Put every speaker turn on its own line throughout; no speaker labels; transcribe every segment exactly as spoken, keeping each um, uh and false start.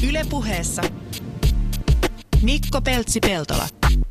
Yle Puheessa Mikko Peltsi-Peltola.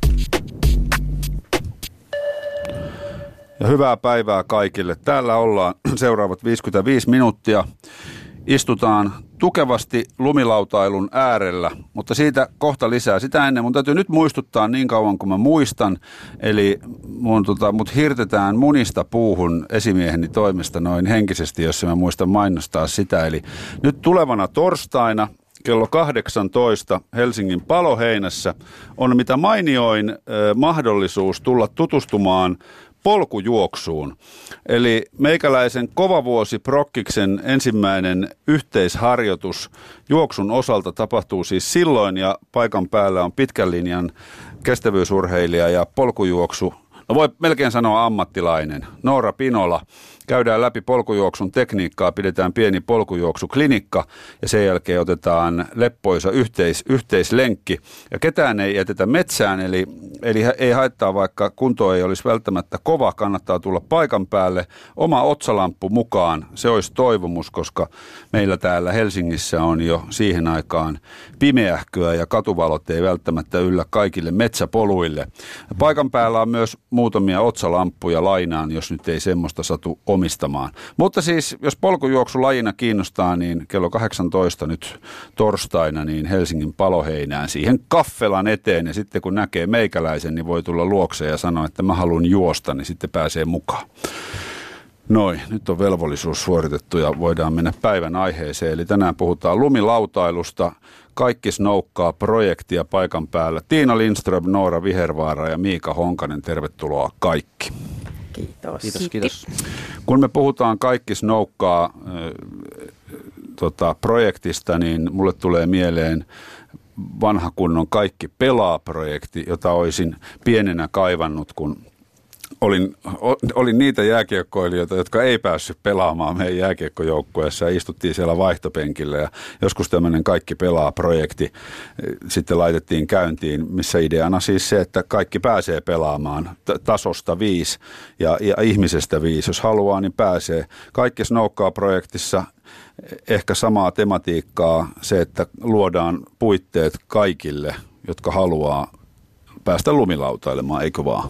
Ja hyvää päivää kaikille. Täällä ollaan seuraavat viisikymmentäviisi minuuttia. Istutaan tukevasti lumilautailun äärellä, mutta siitä kohta lisää. Sitä ennen mun täytyy nyt muistuttaa niin kauan kuin mä muistan, eli mun, tota, mut hirtetään munista puuhun esimieheni toimesta noin henkisesti, jos mä muistan mainostaa sitä. Eli nyt tulevana torstaina kello kahdeksantoista Helsingin Paloheinässä on mitä mainioin eh, mahdollisuus tulla tutustumaan polkujuoksuun. Eli meikäläisen Kovavuosi Prokkiksen ensimmäinen yhteisharjoitus juoksun osalta tapahtuu siis silloin, ja paikan päällä on pitkän linjan kestävyysurheilija ja polkujuoksu, no voi melkein sanoa ammattilainen, Noora Pinola. Käydään läpi polkujuoksun tekniikkaa, pidetään pieni polkujuoksuklinikka ja sen jälkeen otetaan leppoisa yhteis, yhteislenkki. Ja ketään ei jätetä metsään, eli, eli ei haittaa, vaikka kunto ei olisi välttämättä kova, kannattaa tulla paikan päälle. Oma otsalamppu mukaan, se olisi toivomus, koska meillä täällä Helsingissä on jo siihen aikaan pimeähköä ja katuvalot ei välttämättä yllä kaikille metsäpoluille. Paikan päällä on myös muutamia otsalamppuja lainaan, jos nyt ei semmoista satu omistamaan. Mutta siis, jos polkujuoksu lajina kiinnostaa, niin kello kahdeksantoista nyt torstaina niin Helsingin Paloheinään siihen kaffelan eteen. Ja sitten kun näkee meikäläisen, niin voi tulla luokseen ja sanoa, että mä haluan juosta, niin sitten pääsee mukaan. Noin, nyt on velvollisuus suoritettu ja voidaan mennä päivän aiheeseen. Eli tänään puhutaan lumilautailusta. Kaikki snoukkaa projektia paikan päällä. Tiina Lindström, Noora Vihervaara ja Miika Honkanen, tervetuloa kaikki.
Kiitos.
Kiitos, kiitos.
Kun me puhutaan Kaikki snoukkaa äh, tota, projektista, niin mulle tulee mieleen vanha kunnon Kaikki pelaa-projekti, jota olisin pienenä kaivannut, kun olin, olin niitä jääkiekkoilijoita, jotka ei päässyt pelaamaan meidän jääkiekkojoukkueessa ja istuttiin siellä vaihtopenkillä. Ja joskus tämmöinen Kaikki pelaa-projekti sitten laitettiin käyntiin, missä ideana siis se, että kaikki pääsee pelaamaan tasosta viisi ja, ja ihmisestä viisi. Jos haluaa, niin pääsee. Kaikki snoukkaa-projektissa ehkä samaa tematiikkaa, se, että luodaan puitteet kaikille, jotka haluaa päästä lumilautailemaan, eikö vaan?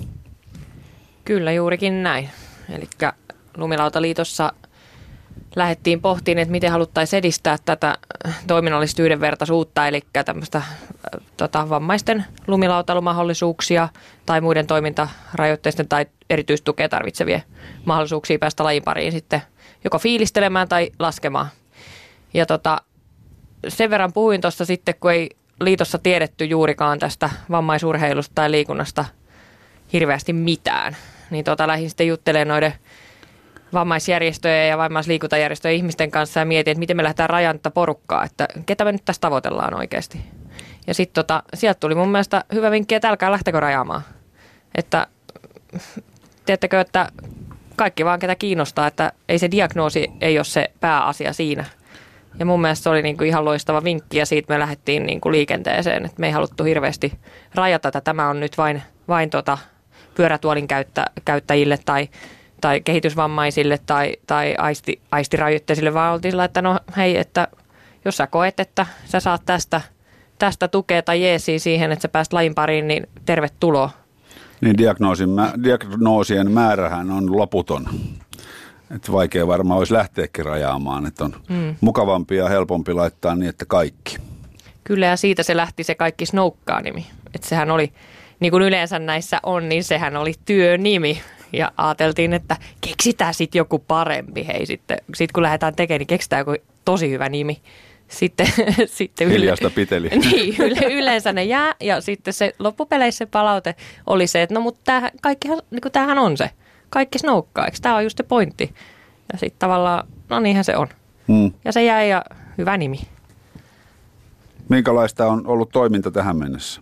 Kyllä, juurikin näin. Eli Lumilautaliitossa lähdettiin pohtiin, että miten haluttaisiin edistää tätä toiminnallista yhdenvertaisuutta, eli tämmöistä tota, vammaisten lumilautailumahdollisuuksia tai muiden toimintarajoitteisten tai erityistukea tarvitsevien mahdollisuuksia päästä lajin pariin sitten joko fiilistelemään tai laskemaan. Ja tota, sen verran puhuin tuossa sitten, kun ei liitossa tiedetty juurikaan tästä vammaisurheilusta tai liikunnasta hirveästi mitään, niin tota, lähdin sitten juttelemaan noiden vammaisjärjestöjen ja vammaisliikuntajärjestöjen ihmisten kanssa ja mietin, että miten me lähdetään rajaan tätä porukkaa, että ketä me nyt tässä tavoitellaan oikeasti. Ja sitten tota, sieltä tuli mun mielestä hyvä vinkki, että älkää lähtekö rajaamaan. Että tiedättekö, että kaikki vaan ketä kiinnostaa, että ei se diagnoosi ei ole se pääasia siinä. Ja mun mielestä se oli niinku ihan loistava vinkki ja siitä me lähdettiin niinku liikenteeseen, että me ei haluttu hirveästi rajata, että tämä on nyt vain, vain tota pyörätuolin käyttä, käyttäjille tai, tai kehitysvammaisille tai, tai aisti, aistirajoitteisille, vaan oltiin sillä, että no hei, että jos sä koet, että sä saat tästä, tästä tukea tai jeesiä siihen, että sä pääst lajin pariin, niin tervetuloa.
Niin diagnoosin, diagnoosien määrähän on loputon. Että vaikea varmaan olisi lähteäkin rajaamaan, että on mm. mukavampi ja helpompi laittaa niin, että kaikki.
Kyllä, ja siitä se lähti se Kaikki snoukkaa -nimi. Että sehän oli, niin kuin yleensä näissä on, niin sehän oli työnimi. Ja ajateltiin, että keksitään sitten joku parempi. Hei, sitten sit kun lähdetään tekemään, niin keksitään joku tosi hyvä nimi. Sitten, sitten
Hiljasta piteli.
Niin, yle, yleensä ne jää, ja sitten se loppupeleissä se palaute oli se, että no mutta tämähän, kaikkihan, niin kuin tämähän on se. Kaikki snoukkaa, eikö tämä on just se pointti? Ja sitten tavallaan, no niinhän se on. Hmm. Ja se jäi ja hyvä nimi.
Minkälaista on ollut toiminta tähän mennessä?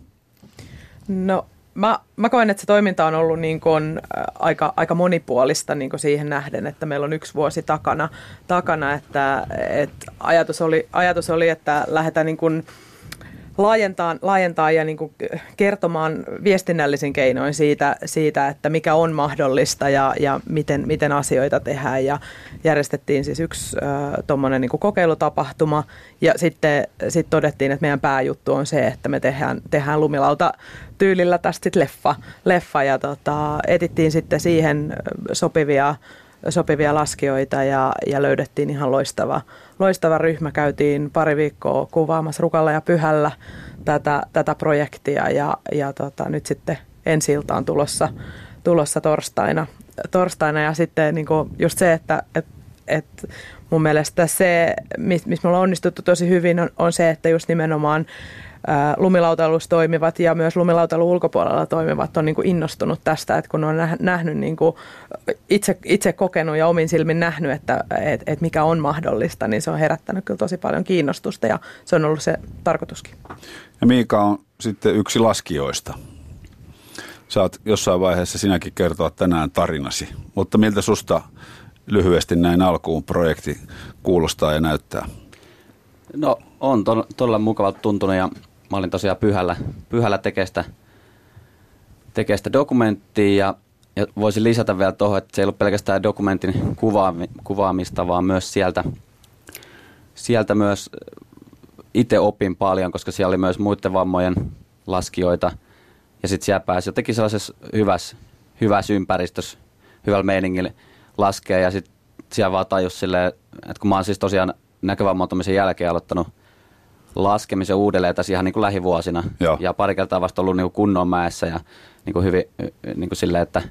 No mä, mä koen, että se toiminta on ollut niin kuin aika, aika monipuolista niin kuin siihen nähden, että meillä on yksi vuosi takana, takana että, että ajatus, oli, ajatus oli, että lähdetään niin kuin laajentaa, laajentaa ja niin kuin kertomaan viestinnällisin keinoin siitä, siitä, että mikä on mahdollista ja, ja miten, miten asioita tehdään. Ja järjestettiin siis yksi äh, tuommoinen niin kuin kokeilutapahtuma ja sitten sit todettiin, että meidän pääjuttu on se, että me tehdään, tehdään lumilauta tyylillä tästä sitten leffa, leffa ja tota, etittiin sitten siihen sopivia sopivia laskijoita ja, ja löydettiin ihan loistava, loistava ryhmä. Käytiin pari viikkoa kuvaamassa Rukalla ja Pyhällä tätä, tätä projektia ja, ja tota, nyt sitten ensi-ilta on tulossa, tulossa torstaina, torstaina ja sitten niin kuin just se, että et, et mun mielestä se, missä me ollaan onnistuttu tosi hyvin on, on se, että just nimenomaan lumilautailussa toimivat ja myös lumilautailun ulkopuolella toimivat on niin kuin innostunut tästä, että kun on nähnyt, niin kuin itse, itse kokenut ja omin silmin nähnyt, että et, et mikä on mahdollista, niin se on herättänyt kyllä tosi paljon kiinnostusta ja se on ollut se tarkoituskin.
Ja Miika on sitten yksi laskijoista. Saat jossain vaiheessa sinäkin kertoa tänään tarinasi, mutta miltä susta lyhyesti näin alkuun projekti kuulostaa ja näyttää?
No on to- todella mukavalta tuntunut ja mä olin tosiaan pyhällä, pyhällä tekestä, tekestä dokumenttia ja, ja voisin lisätä vielä tuohon, että se ei ollut pelkästään dokumentin kuvaami, kuvaamista, vaan myös sieltä, sieltä myös itse opin paljon, koska siellä oli myös muiden vammojen laskijoita ja sitten siellä pääsi jotenkin sellaisessa hyvässä, hyvässä ympäristössä, hyvällä meiningillä laskea ja sitten siellä vaan tajus silleen, että kun mä oon siis tosiaan näkövammautumisen jälkeen aloittanut laskemisen uudelleen tässä ihan niin kuin lähivuosina. Joo. Ja pari kertaa vasta ollut niin kuin kunnon mäessä ja niin kuin hyvin niin kuin silleen, että,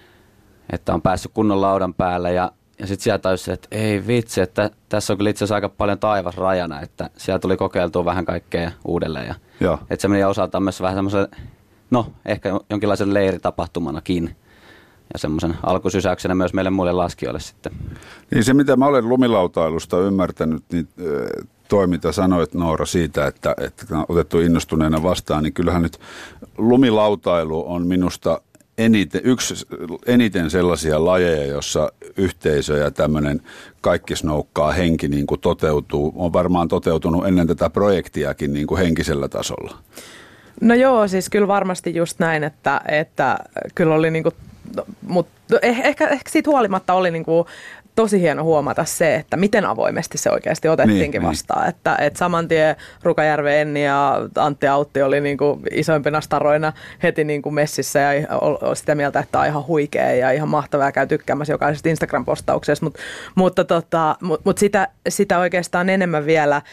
että on päässyt kunnon laudan päälle ja, ja sitten sieltä tajusin, että ei vitsi, että tässä on kyllä itse asiassa aika paljon taivas rajana, että siellä tuli kokeiltua vähän kaikkea uudelleen ja Joo. että se meni osaltaan myös vähän semmoisen, no ehkä jonkinlaisen leiritapahtumanakin. Ja semmoisen alkusysäyksenä myös meille muille laskijoille sitten.
Niin se, mitä mä olen lumilautailusta ymmärtänyt, niin toi, mitä sanoit Noora siitä, että, että on otettu innostuneena vastaan, niin kyllähän nyt lumilautailu on minusta eniten, yksi eniten sellaisia lajeja, jossa yhteisö ja tämmöinen kaikkisnoukkaa henki niin kuin toteutuu. On varmaan toteutunut ennen tätä projektiakin niin kuin henkisellä tasolla.
No joo, siis kyllä varmasti just näin, että, että kyllä oli niin kuin No, mutta ehkä, ehkä siitä huolimatta oli niin kuin tosi hieno huomata se, että miten avoimesti se oikeasti otettiinkin niin, vastaan. Niin. Että, että saman tien Rukajärven Enni ja Antti Autti oli niin kuin isoimpina staroina heti niin kuin messissä ja sitä mieltä, että tämä on ihan huikea ja ihan mahtavaa ja käy tykkäämässä jokaisesta Instagram-postauksesta. Mut, mutta tota, mut, mut sitä, sitä oikeastaan enemmän vielä,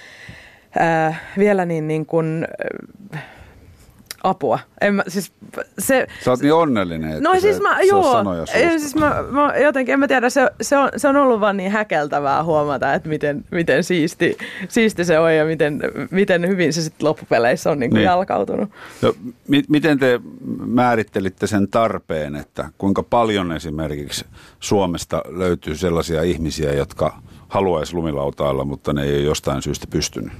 äh, vielä niin, niin kuin... Äh, apua. En mä, siis se,
Sä oot niin onnellinen, että
no,
se,
siis mä,
se
joo,
sanoja suusta.
Siis mä, mä jotenkin, en mä tiedä, se, se, on, se on ollut vaan niin häkeltävää huomata, että miten, miten siisti, siisti se on ja miten, miten hyvin se sitten loppupeleissä on niin kuin niin. jalkautunut.
No, mi- miten te määrittelitte sen tarpeen, että kuinka paljon esimerkiksi Suomesta löytyy sellaisia ihmisiä, jotka haluaisi lumilautailla, mutta ne ei ole jostain syystä pystynyt?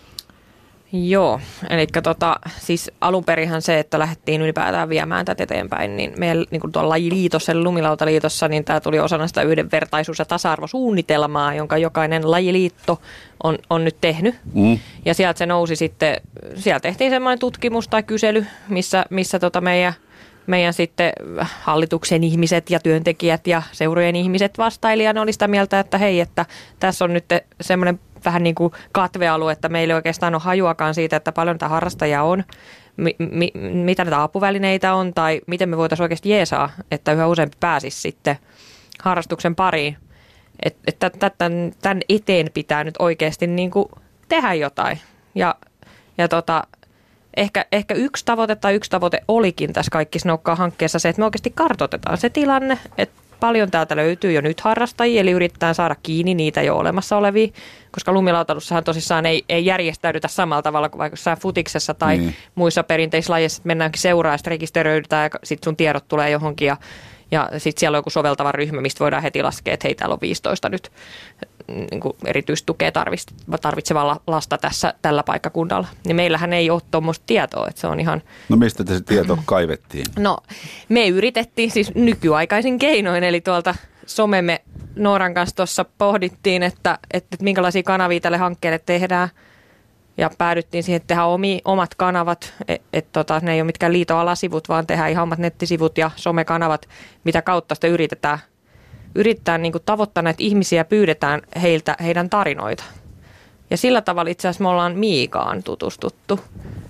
Joo, eli tota, siis alunperinhän se, että lähdettiin ylipäätään viemään tätä eteenpäin, niin meillä niin kuin tuolla lajiliitossa, eli Lumilautaliitossa, niin tämä tuli osana sitä yhdenvertaisuus- ja tasa-arvosuunnitelmaa, jonka jokainen lajiliitto on, on nyt tehnyt. Mm. Ja sieltä se nousi sitten, siellä tehtiin semmoinen tutkimus tai kysely, missä, missä tota meidän, meidän sitten hallituksen ihmiset ja työntekijät ja seurojen ihmiset vastailijana oli sitä mieltä, että hei, että tässä on nyt semmoinen vähän niin kuin katvealue, että meillä ei oikeastaan ole hajuakaan siitä, että paljon näitä harrastajia on, mi, mi, mitä näitä apuvälineitä on tai miten me voitaisiin oikeasti jeesaa, että yhä useampi pääsisi sitten harrastuksen pariin. Että et, tämän, tämän eteen pitää nyt oikeasti niin kuin tehdä jotain. Ja, ja tota, ehkä, ehkä yksi tavoite tai yksi tavoite olikin tässä Kaikki Snoukkaa -hankkeessa se, että me oikeasti kartoitetaan se tilanne, että paljon täältä löytyy jo nyt harrastajia, eli yritetään saada kiinni niitä jo olemassa olevia, koska lumilautailussahan tosissaan ei, ei järjestäydytä samalla tavalla kuin vaikka jossain futiksessa tai niin. muissa perinteislajeissa, että mennäänkin seuraa ja sitten rekisteröidytään ja sitten sun tiedot tulee johonkin ja, ja sitten siellä on joku soveltava ryhmä, mistä voidaan heti laskea, että hei, täällä on viisitoista nyt niin kuin erityistukea tarvitsevaa lasta tässä tällä paikkakunnalla. Niin meillähän ei ole tuommoista tietoa, että se on ihan...
No mistä te se tieto kaivettiin?
No me yritettiin siis nykyaikaisin keinoin, eli tuolta somemme Nooran kanssa tuossa pohdittiin, että, että minkälaisia kanavia tälle hankkeelle tehdään. Ja päädyttiin siihen, että tehdään omi, omat kanavat, että et, tota, ne ei ole mitkään liiton alasivut, vaan tehdään ihan omat nettisivut ja somekanavat, mitä kautta sitä yritetään, yritetään niin kuin tavoittaa näitä ihmisiä ja pyydetään heiltä heidän tarinoita. Ja sillä tavalla itse asiassa me ollaan Miikaan tutustuttu.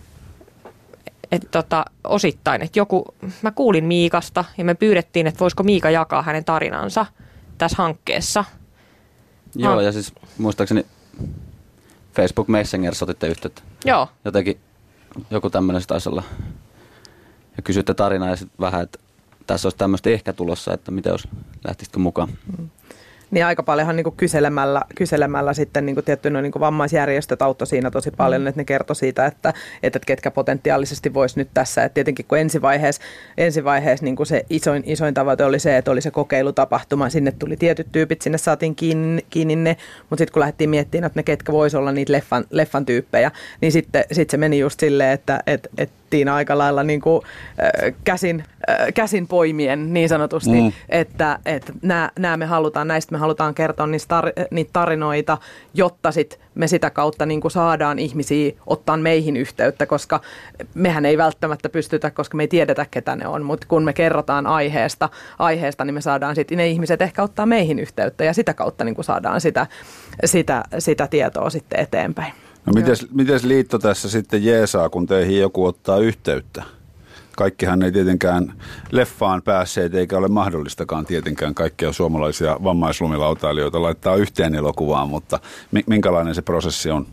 Et tota, osittain, että joku, mä kuulin Miikasta ja me pyydettiin, että voisiko Miika jakaa hänen tarinansa tässä hankkeessa.
Joo,
Han-
ja siis muistaakseni Facebook Messenger otitte yhteyttä.
Joo.
Jotenkin joku tämmöinen se taisi olla. Ja kysytte tarinaa ja sitten vähän, että tässä olisi tämmöistä ehkä tulossa, että mitä jos lähtisitkö mukaan.
Mm. Niin aika paljonhan niin kuin kyselemällä, kyselemällä sitten niin kuin tietty no, niin kuin vammaisjärjestöt auttoi siinä tosi paljon, mm. että ne kertoi siitä, että, että ketkä potentiaalisesti voisi nyt tässä. Että tietenkin kun ensivaiheessa, ensivaiheessa niin kuin se isoin, isoin tavoite oli se, että oli se kokeilutapahtuma, sinne tuli tietyt tyypit, sinne saatiin kiinni, kiinni ne, mutta sitten kun lähdettiin miettimään, että ne ketkä voisi olla niitä leffan, leffan tyyppejä, niin sitten sit se meni just silleen, että et, et Tiina aika lailla niin kuin, äh, käsin, äh, käsin poimien niin sanotusti, mm. että, että nämä me halutaan, näistä me halutaan kertoa niistä tar- niitä tarinoita, jotta sit me sitä kautta niin kuin saadaan ihmisiä ottaa meihin yhteyttä, koska mehän ei välttämättä pystytä, koska me ei tiedetä, ketä ne on, mutta kun me kerrotaan aiheesta, aiheesta niin me saadaan sitten ne ihmiset ehkä ottaa meihin yhteyttä ja sitä kautta niin kuin saadaan sitä, sitä, sitä tietoa sitten eteenpäin.
No mites, mites liitto tässä sitten jeesaa, kun teihin joku ottaa yhteyttä? Kaikkihan ei tietenkään leffaan päässeet, eikä ole mahdollistakaan tietenkään kaikkia suomalaisia vammaislumilautailijoita laittaa yhteen elokuvaan, mutta minkälainen se prosessi on?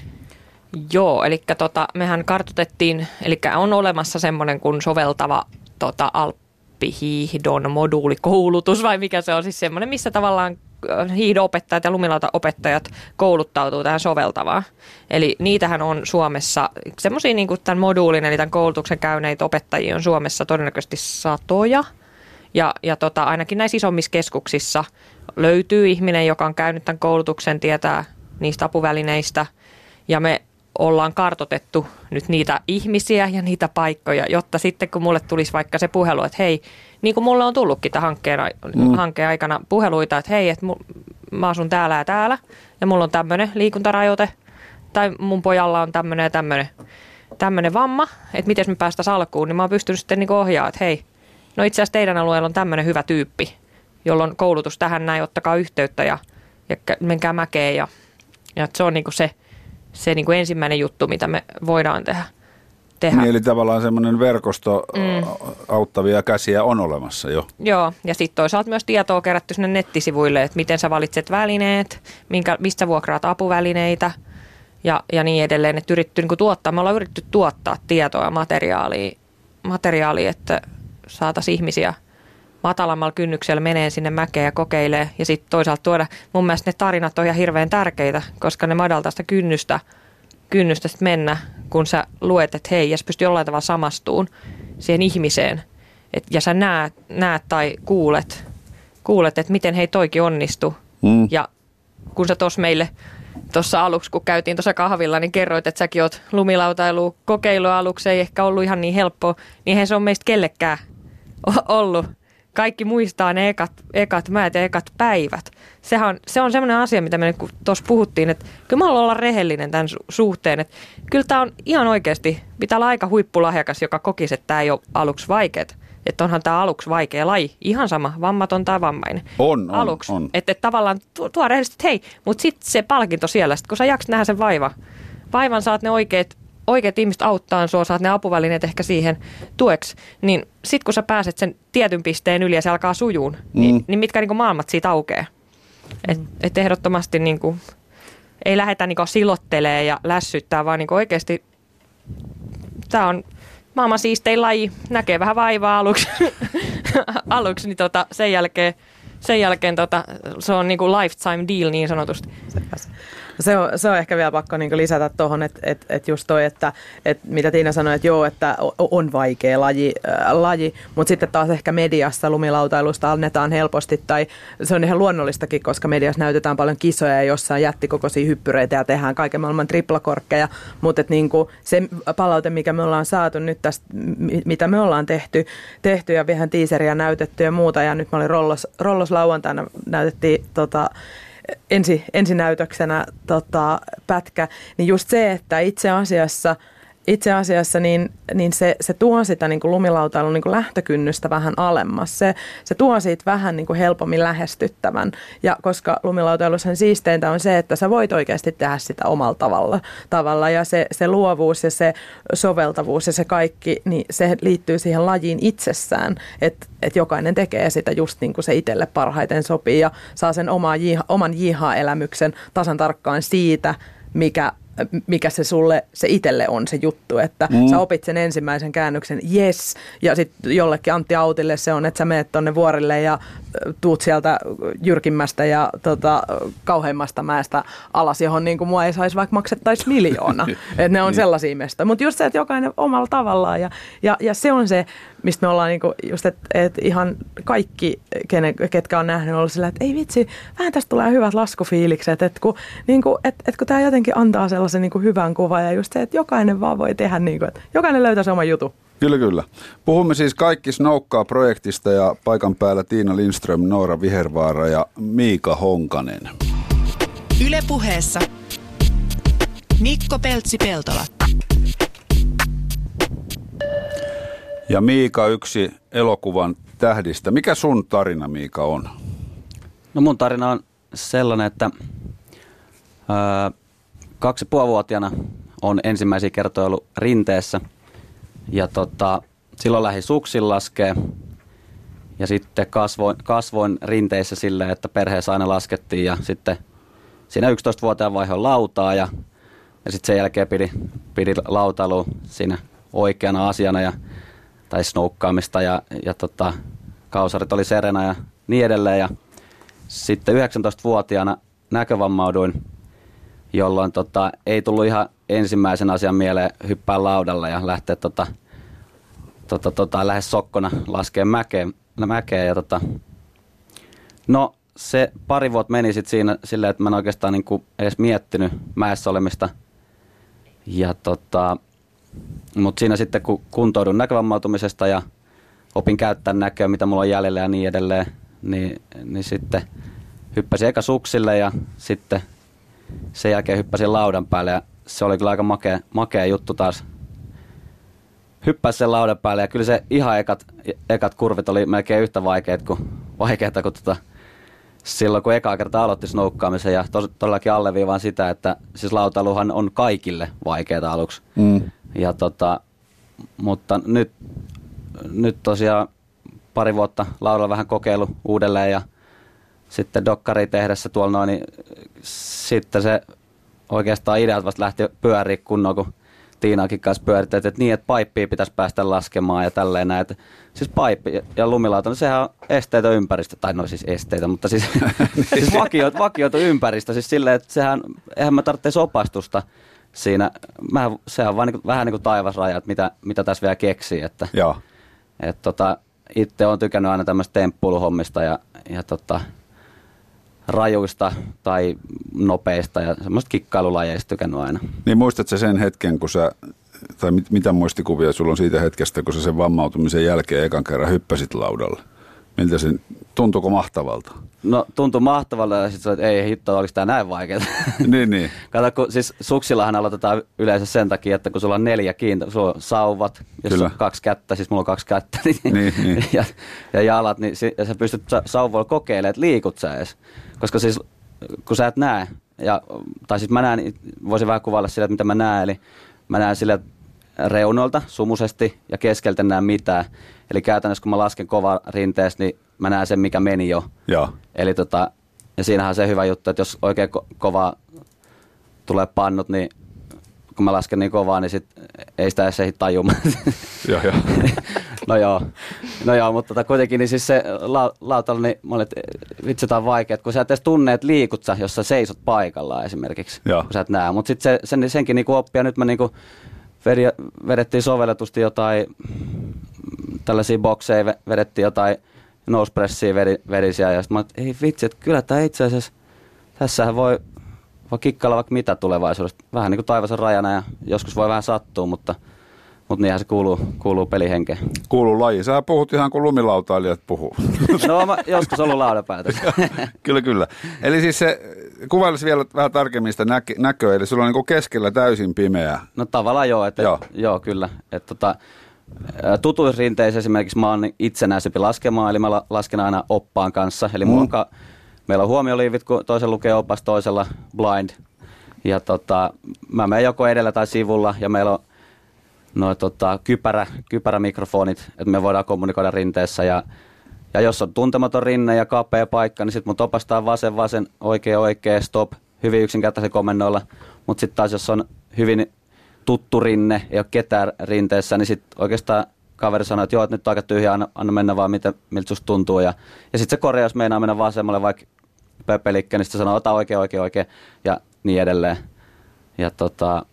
Joo, eli tota, mehän kartoitettiin, eli on olemassa semmoinen kuin soveltava tota, alppihiihdon moduulikoulutus, vai mikä se on siis semmoinen, missä tavallaan hiihdo-opettajat ja lumilautaopettajat kouluttautuu tähän soveltavaan. Eli niitähän on Suomessa, semmoisia niin kuin tämän moduulin, eli tämän koulutuksen käyneitä opettajia on Suomessa todennäköisesti satoja. Ja, ja tota, ainakin näissä isommissa keskuksissa löytyy ihminen, joka on käynyt tämän koulutuksen, tietää niistä apuvälineistä. Ja me ollaan kartoitettu nyt niitä ihmisiä ja niitä paikkoja, jotta sitten kun mulle tulisi vaikka se puhelu, että hei, niin kuin mulle on tullutkin tämän hankkeen, mm. hankkeen aikana puheluita, että hei, että mä asun täällä ja täällä ja mulla on tämmöinen liikuntarajoite tai mun pojalla on tämmöinen ja tämmöinen, tämmöinen vamma, että miten me päästäisiin alkuun, niin mä oon pystynyt sitten niin ohjaamaan, että hei, no itse asiassa teidän alueella on tämmöinen hyvä tyyppi, jolla on koulutus tähän näin, ottakaa yhteyttä ja, ja menkää mäkeen ja, ja se on niin kuin se, se niin kuin ensimmäinen juttu, mitä me voidaan tehdä. tehdä.
Niin, eli tavallaan semmoinen verkosto mm. auttavia käsiä on olemassa jo.
Joo, ja sitten toisaalta myös tietoa kerätty sinne nettisivuille, että miten sä valitset välineet, minkä, mistä vuokraat apuvälineitä ja, ja niin edelleen. Että yritetty niin kuin tuottaa, me ollaan yritetty tuottaa tietoa ja materiaalia, materiaalia että saataisiin ihmisiä matalammalla kynnyksellä menee sinne mäkeen ja kokeilee. Ja sitten toisaalta tuoda, mun mielestä ne tarinat on ihan hirveän tärkeitä, koska ne madaltaa sitä kynnystä, kynnystä sit mennä, kun sä luet, että hei, ja sä pystyt jollain tavalla samastuun siihen ihmiseen. Et, ja sä näet, näet tai kuulet, kuulet, että miten hei toikin onnistui. Mm. Ja kun sä tuossa meille tuossa aluksi, kun käytiin tuossa kahvilla, niin kerroit, että säkin oot lumilautailu kokeilua aluksi, ei ehkä ollut ihan niin helppoa, niin eihän se ole meistä kellekään ollut. Kaikki muistaa ne ekat, ekat määt ja ekat päivät. Sehän on, se on semmoinen asia, mitä me tuossa puhuttiin, että kyllä mä haluan olla rehellinen tämän su- suhteen. Että kyllä tämä on ihan oikeasti, pitää olla aika huippulahjakas, joka kokisi, että tämä ei ole aluksi vaikeaa. Että onhan tämä aluksi vaikea laji, ihan sama, vammaton tai vammainen.
On, on,
aluksi.
on.
Että et tavallaan tuo, tuo rehellisesti, että hei, mutta sitten se palkinto siellä, sit kun sä jaksat nähdä sen vaiva, vaivan saat ne oikeat, oikeat ihmiset auttaa sua, saat ne apuvälineet ehkä siihen tueksi, niin sitten kun sä pääset sen tietyn pisteen yli ja se alkaa sujuun, mm. niin, niin mitkä niinku maailmat siitä aukeaa. Et, et ehdottomasti niinku, ei lähdetä niinku silottelee ja lässyttää, vaan niinku oikeasti tämä on maailman siistein laji, näkee vähän vaivaa aluksi, aluksi niin tota, sen jälkeen, sen jälkeen tota, se on niinku lifetime deal niin sanotusti.
Se on, se on ehkä vielä pakko niin lisätä tuohon, että et, et just toi, että et mitä Tiina sanoi, että joo, että on vaikea laji, äh, laji, mutta sitten taas ehkä mediassa lumilautailusta annetaan helposti, tai se on ihan luonnollistakin, koska mediassa näytetään paljon kisoja, jossa on jättikokoisia hyppyreitä ja tehdään kaiken maailman triplakorkkeja, mutta niin se palaute, mikä me ollaan saatu nyt tästä, mitä me ollaan tehty, tehty ja vähän tiiseriä näytetty ja muuta, ja nyt mä olin Rollos, Rollos lauantaina, näytettiin tota, ensi, ensinäytöksenä tota, pätkä, niin just se, että itse asiassa Itse asiassa niin, niin se, se tuo sitä niin kuin lumilautailun niin kuin lähtökynnystä vähän alemmas. Se, se tuo siitä vähän niin kuin helpommin lähestyttävän. Ja koska lumilautailussa siisteintä on se, että sä voit oikeasti tehdä sitä omalla tavalla. tavalla ja se, se luovuus ja se soveltavuus ja se kaikki, niin se liittyy siihen lajiin itsessään. Että et jokainen tekee sitä just niin kuin se itselle parhaiten sopii ja saa sen oma, oman jiha-elämyksen tasan tarkkaan siitä, mikä mikä se sulle, se itselle on se juttu, että mm. sä opit sen ensimmäisen käännöksen, yes, ja sitten jollekin Antti Autille se on, että sä menet tonne vuorille ja tuut sieltä jyrkimmästä ja tota, kauheimmasta mäestä alas, johon niin kuin mua ei saisi vaikka maksettaisi miljoona. Että ne on niin. Sellaisia mestoja. Mutta just se, että jokainen omalla tavallaan ja, ja, ja se on se, mistä me ollaan niinku just, että et ihan kaikki, kene, ketkä on nähnyt, on ollut sillä, että ei vitsi, vähän tästä tulee hyvät laskufiilikset, että kun, niinku, et, et kun tämä jotenkin antaa sellaisen niinku hyvän kuvan ja just se, että jokainen vaan voi tehdä, niinku, että jokainen löytää se oma jutu.
Kyllä, kyllä. Puhumme siis Kaikki Snoukkaa-projektista ja paikan päällä Tiina Lindström, Noora Vihervaara ja Miika Honkanen.
Yle Puheessa Mikko Peltsi-Peltola.
Ja Miika, yksi elokuvan tähdistä. Mikä sun tarina, Miika, on?
No mun tarina on sellainen, että ää, kaksi ja puolivuotiaana on ensimmäisiä kertoja ollut rinteessä. Ja tota, silloin lähdin suksin laskee. Ja sitten kasvoin, kasvoin rinteissä silleen, että perheessä aina laskettiin. Ja sitten siinä yksitoistavuotiaan vaihoin lautaa. Ja, ja sitten sen jälkeen pidi, pidi lautailu siinä oikeana asiana. Ja tai snoukkaamista ja, ja tota, kausarit oli serena ja niin edelleen. Ja sitten yhdeksäntoistavuotiaana näkövammauduin, jolloin tota, ei tullut ihan ensimmäisen asian mieleen hyppää laudalle ja lähteä tota, tota, tota, lähes sokkona laskeen mäkeen. mäkeen ja tota, no se pari vuotta meni sitten siinä silleen, että mä en oikeastaan niinku edes miettinyt mäessä olemista. Ja tota... Mutta siinä sitten, kun kuntoudun näkövammautumisesta ja opin käyttää näköä, mitä mulla on jäljellä ja niin edelleen, niin, niin sitten hyppäsin eka suksille ja sitten sen jälkeen hyppäsin laudan päälle. Ja se oli kyllä aika makea, makea juttu taas hyppäsi sen laudan päälle. Ja kyllä se ihan ekat, ekat kurvit oli melkein yhtä vaikeat kuin, vaikeita kuin tota, silloin, kun ekaa kertaa aloitti snoukkaamisen. Ja tos, todellakin alleviivaan sitä, että siis lautailuhan on kaikille vaikeaa aluksi. Mm. Ja tota, mutta nyt, nyt tosiaan pari vuotta laudalla vähän kokeilu uudelleen ja sitten dokkari tehdessä tuolla noin, niin sitten se oikeastaan ideat vasta lähti pyöriä kunnolla, kun Tiinaakin kanssa pyörittiin, että niin, että paippia pitäisi päästä laskemaan ja tälleen näin. Että siis paippi ja lumilauta, no sehän on esteetön ympäristö, tai no siis esteitä, mutta siis, siis vakioitu, vakioitu ympäristö, siis silleen, että sehän, eihän mä tarvitse opastusta siinä. Mä, sehän on vaan niin kuin, vähän niin kuin taivasraja, että mitä, mitä tässä vielä keksii. Että,
Joo.
et, tota, itse olen tykännyt aina tämmöistä temppuiluhommista ja, ja tota, rajuista tai nopeista ja semmoista kikkailulajeista tykännyt aina.
Niin muistatko sen hetken, kun sä, tai mit, mitä muistikuvia sulla on siitä hetkestä, kun sä sen vammautumisen jälkeen ekan kerran hyppäsit laudalle? Miltä se, tuntuuko mahtavalta?
No tuntui mahtavalta ja sitten että ei hitto, oliko tämä näin vaikeaa?
niin, niin.
Kato, kun siis suksillahan aloitetaan yleensä sen takia, että kun sulla on neljä kiintä, sulla on sauvat, jos on kaksi kättä, siis mulla on kaksi kättä, niin, niin, niin. Ja, ja jalat, niin ja sä pystyt sauvoilla kokeilemaan, että liikut sä edes. Koska siis kun sä et näe, ja, tai siis mä näen, voisin vähän kuvailla sillä, että mitä mä näen, eli mä näen sillä reunoilta sumuisesti ja keskeltä en näe mitään. Eli käytännössä kun mä lasken kova rinteestä, niin mä näen sen, mikä meni jo. Joo. Eli tota, ja siinähän on se hyvä juttu, että jos oikein ko- kovaa tulee pannut, niin kun mä lasken niin kovaa, niin sit ei sitä edes ehdi tajumaan.
Joo, joo.
No joo, no joo, mutta tota kuitenkin niin siis se la- lautalla, niin mä olin, että vitsi, tää on vaikea, kun sä et edes tunne, että liikut sä, jos sä seisot paikallaan esimerkiksi, joo. Kun sä et näe. Mutta sitten se, sen, senkin niinku oppia, nyt mä niinku vedettiin sovelletusti jotain, tällaisia bokseja, vedettiin jotain nosepressiä vedisiä ja sitten mä olin, ei vitsi, että kyllä tämä itse asiassa, tässähän voi, voi kikkailla vaikka mitä tulevaisuudesta. Vähän niin kuin taivas on rajana ja joskus voi vähän sattua, mutta, Mutta niinhän se kuuluu, kuuluu pelihenkeen.
Kuuluu laji. Sä puhut ihan kuin lumilautailijat puhuu.
No mä joskus ollut laudapäätä.
Kyllä, kyllä. Eli siis se, kuvailisi vielä vähän tarkemmin sitä näkö, näköä, eli sulla on niin keskellä täysin pimeää.
No tavallaan joo, että
joo.
joo kyllä. Että tota, tutuisrinteissä esimerkiksi mä oon itsenäisempi laskemaan, eli mä lasken aina oppaan kanssa. Eli mm. mulla on ka- meillä on huomioliivit, kun toisella lukee opas, toisella blind. Ja tota, mä menen joko edellä tai sivulla ja meillä on no, tota, kypärä, kypärämikrofonit, että me voidaan kommunikoida rinteessä. Ja, ja jos on tuntematon rinne ja kapea paikka, niin sitten mut opastaa vasen, vasen, oikea, oikea, stop, hyvin yksinkertaisen komennoilla. Mutta sitten taas jos on hyvin tuttu rinne, ei ole ketään rinteessä, niin sitten oikeastaan kaveri sanoo, että joo, että nyt on aika tyhjä, anna, anna mennä vaan, mitä, miltä susta tuntuu. Ja, ja sitten se korjaus meinaa mennä vasemmalle, vaikka pöpelikkä, niin sitten sanoo, ota oikein, oikein, oikein ja niin edelleen. Ja tota,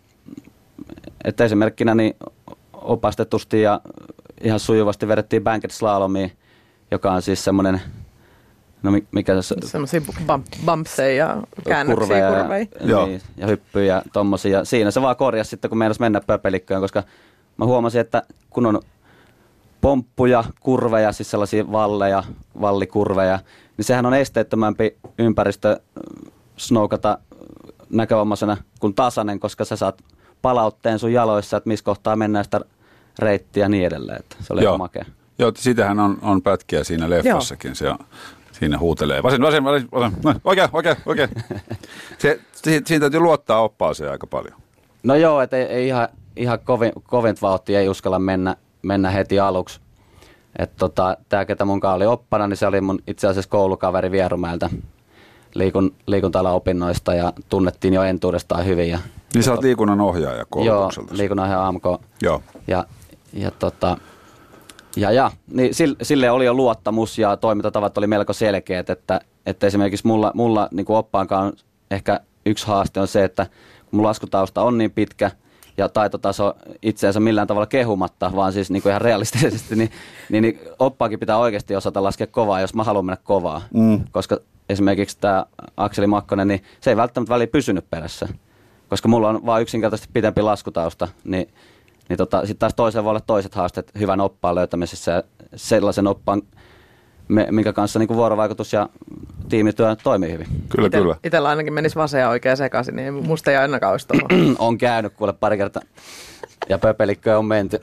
että esimerkkinä niin opastetusti ja ihan sujuvasti vedettiin banked slalomiin, joka on siis semmoinen, no mikä se...
Semmoisia bumpseja ja käännöksiä, kurveja. kurveja.
Ja, niin, ja hyppyjä ja tommosia. Siinä se vaan korjasi sitten, kun meinasi mennä pöpelikköön, koska mä huomasin, että kun on pomppuja, kurveja, siis sellaisia valleja, vallikurveja, niin sehän on esteettömämpi ympäristö snoukata näkövammaisena kuin tasainen, koska sä saat palautteen sun jaloissa, että missä kohtaa mennään sitä reittiä ja niin edelleen. Että se oli
Joo.
makea.
Joo, sitähän on, on pätkiä siinä leffassakin. Se on, siinä huutelee. Vasen, vasen, vasen, vasen. No, oikein, oikein, oikein. Se, si, siinä täytyy luottaa oppaaseen aika paljon.
No joo, että ei, ei ihan, ihan kovin, kovin vauhtia ei uskalla mennä, mennä heti aluksi. Että tota, tämä, ketä munkaan oli oppana, niin se oli mun itse asiassa koulukaveri Vierumäeltä liikun, liikunta-alan opinnoista ja tunnettiin jo entuudestaan hyvin. Ja,
niin sä oot liikunnan ohjaaja koulutukselta.
Joo, liikunnan ohjaaja A M K.
Joo.
Ja, ja, tota, ja, ja niin sille oli jo luottamus ja toimintatavat oli melko selkeät, että, että esimerkiksi mulla, mulla niin kuin oppaankaan ehkä yksi haaste on se, että kun mun laskutausta on niin pitkä, ja taitotaso itseensä millään tavalla kehumatta, vaan siis niin kuin ihan realistisesti, niin, niin, niin oppaakin pitää oikeasti osata laskea kovaa, jos mä haluan mennä kovaa. Mm. Koska esimerkiksi tämä Akseli Makkonen, niin se ei välttämättä väliin pysynyt perässä. Koska mulla on vaan yksinkertaisesti pitempi laskutausta, niin, niin tota, sitten taas toisella voi olla toiset haasteet hyvän oppaan löytämisessä ja sellaisen oppaan, minkä kanssa niin kuin vuorovaikutus ja tiimityö toimii hyvin.
Kyllä,
Ite,
kyllä.
Itellä ainakin menisi vasen ja oikein sekaisin, niin musta ei ainakaan olisi tuohon.
On käynyt kuule pari kertaa. Ja pöpelikköön on menty.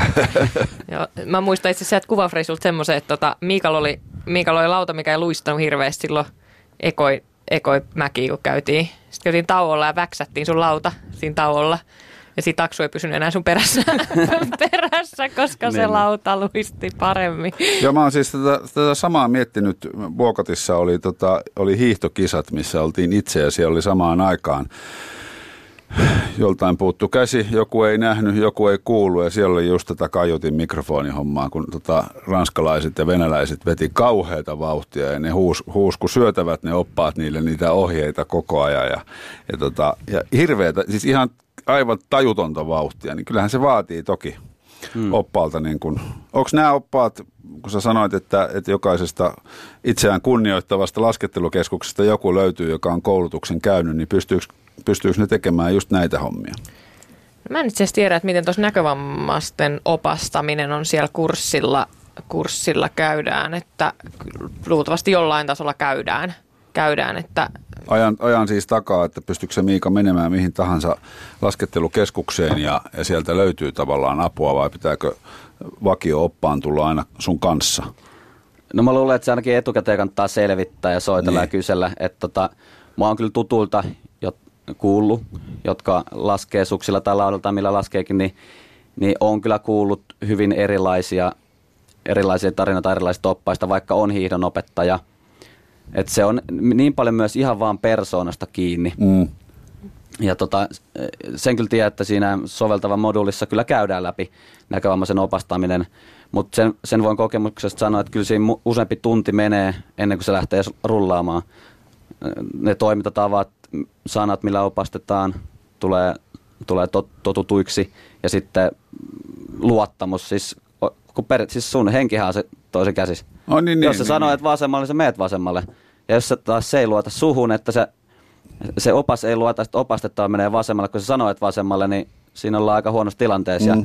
Joo, mä muistan itse sieltä kuvausreissulta semmoisen, että tota, Miikalla oli, Miikalla oli lauta, mikä ei luistanut hirveästi silloin ekoi, ekoi mäkiä, kun käytiin. Sitten käytiin tauolla ja väksättiin sun lauta siinä tauolla. Ja sit taksu ei pysynyt enää sun perässä, perässä koska se lauta luisti paremmin.
Joo, mä oon siis tätä, tätä samaa miettinyt. Vuokatissa oli, tota, oli hiihtokisat, missä oltiin itse ja siellä oli samaan aikaan. Joltain puuttu käsi, joku ei nähnyt, joku ei kuullut ja siellä oli just tätä kaiutin mikrofonihommaa, kun tota, ranskalaiset ja venäläiset veti kauheata vauhtia ja ne huus, huus kun syötävät ne oppaat niille niitä ohjeita koko ajan ja, ja, tota, ja hirveätä, siis ihan aivan tajutonta vauhtia, niin kyllähän se vaatii toki hmm. oppaalta. Niin kun, onko nämä oppaat, kun sä sanoit, että, että jokaisesta itseään kunnioittavasta laskettelukeskuksesta joku löytyy, joka on koulutuksen käynyt, niin pystyykö, pystyykö ne tekemään just näitä hommia?
Mä en itse asiassa tiedä, että miten tuossa näkövammaisten opastaminen on siellä kurssilla, kurssilla käydään, että luultavasti jollain tasolla käydään, käydään että
Ajan, ajan siis takaa, että pystyykö se Miika menemään mihin tahansa laskettelukeskukseen ja, ja sieltä löytyy tavallaan apua vai pitääkö vakio-oppaan tulla aina sun kanssa?
No mä luulen, että se ainakin etukäteen kannattaa selvittää ja soitella niin. ja kysellä. Että tota, mä oon kyllä tutulta jo kuullut, jotka laskee suksilla tai laudalta, millä laskeekin, niin, niin on kyllä kuullut hyvin erilaisia, erilaisia tarinoita erilaisista oppaista, vaikka on hiihdonopettaja. Että se on niin paljon myös ihan vaan persoonasta kiinni. Mm. Ja tota, sen kyllä tiedän, että siinä soveltavan moduulissa kyllä käydään läpi näkövammaisen opastaminen, mutta sen, sen voin kokemuksesta sanoa, että kyllä siinä useampi tunti menee ennen kuin se lähtee rullaamaan. Ne toimintatavat, sanat, millä opastetaan, tulee, tulee tot, totutuiksi ja sitten luottamus, siis, kun per, siis sun henkihän on se toisen käsissä.
Oh, niin,
jos
niin,
sä
niin,
sanoo,
niin.
että vasemmalle, niin sä meet vasemmalle. Ja jos sä taas se ei luota suhun, että se, se opas ei luota, että opastettua menee vasemmalle, kun sä sanoo, että vasemmalle, niin siinä ollaan aika huonossa tilanteessa. Mm. Ja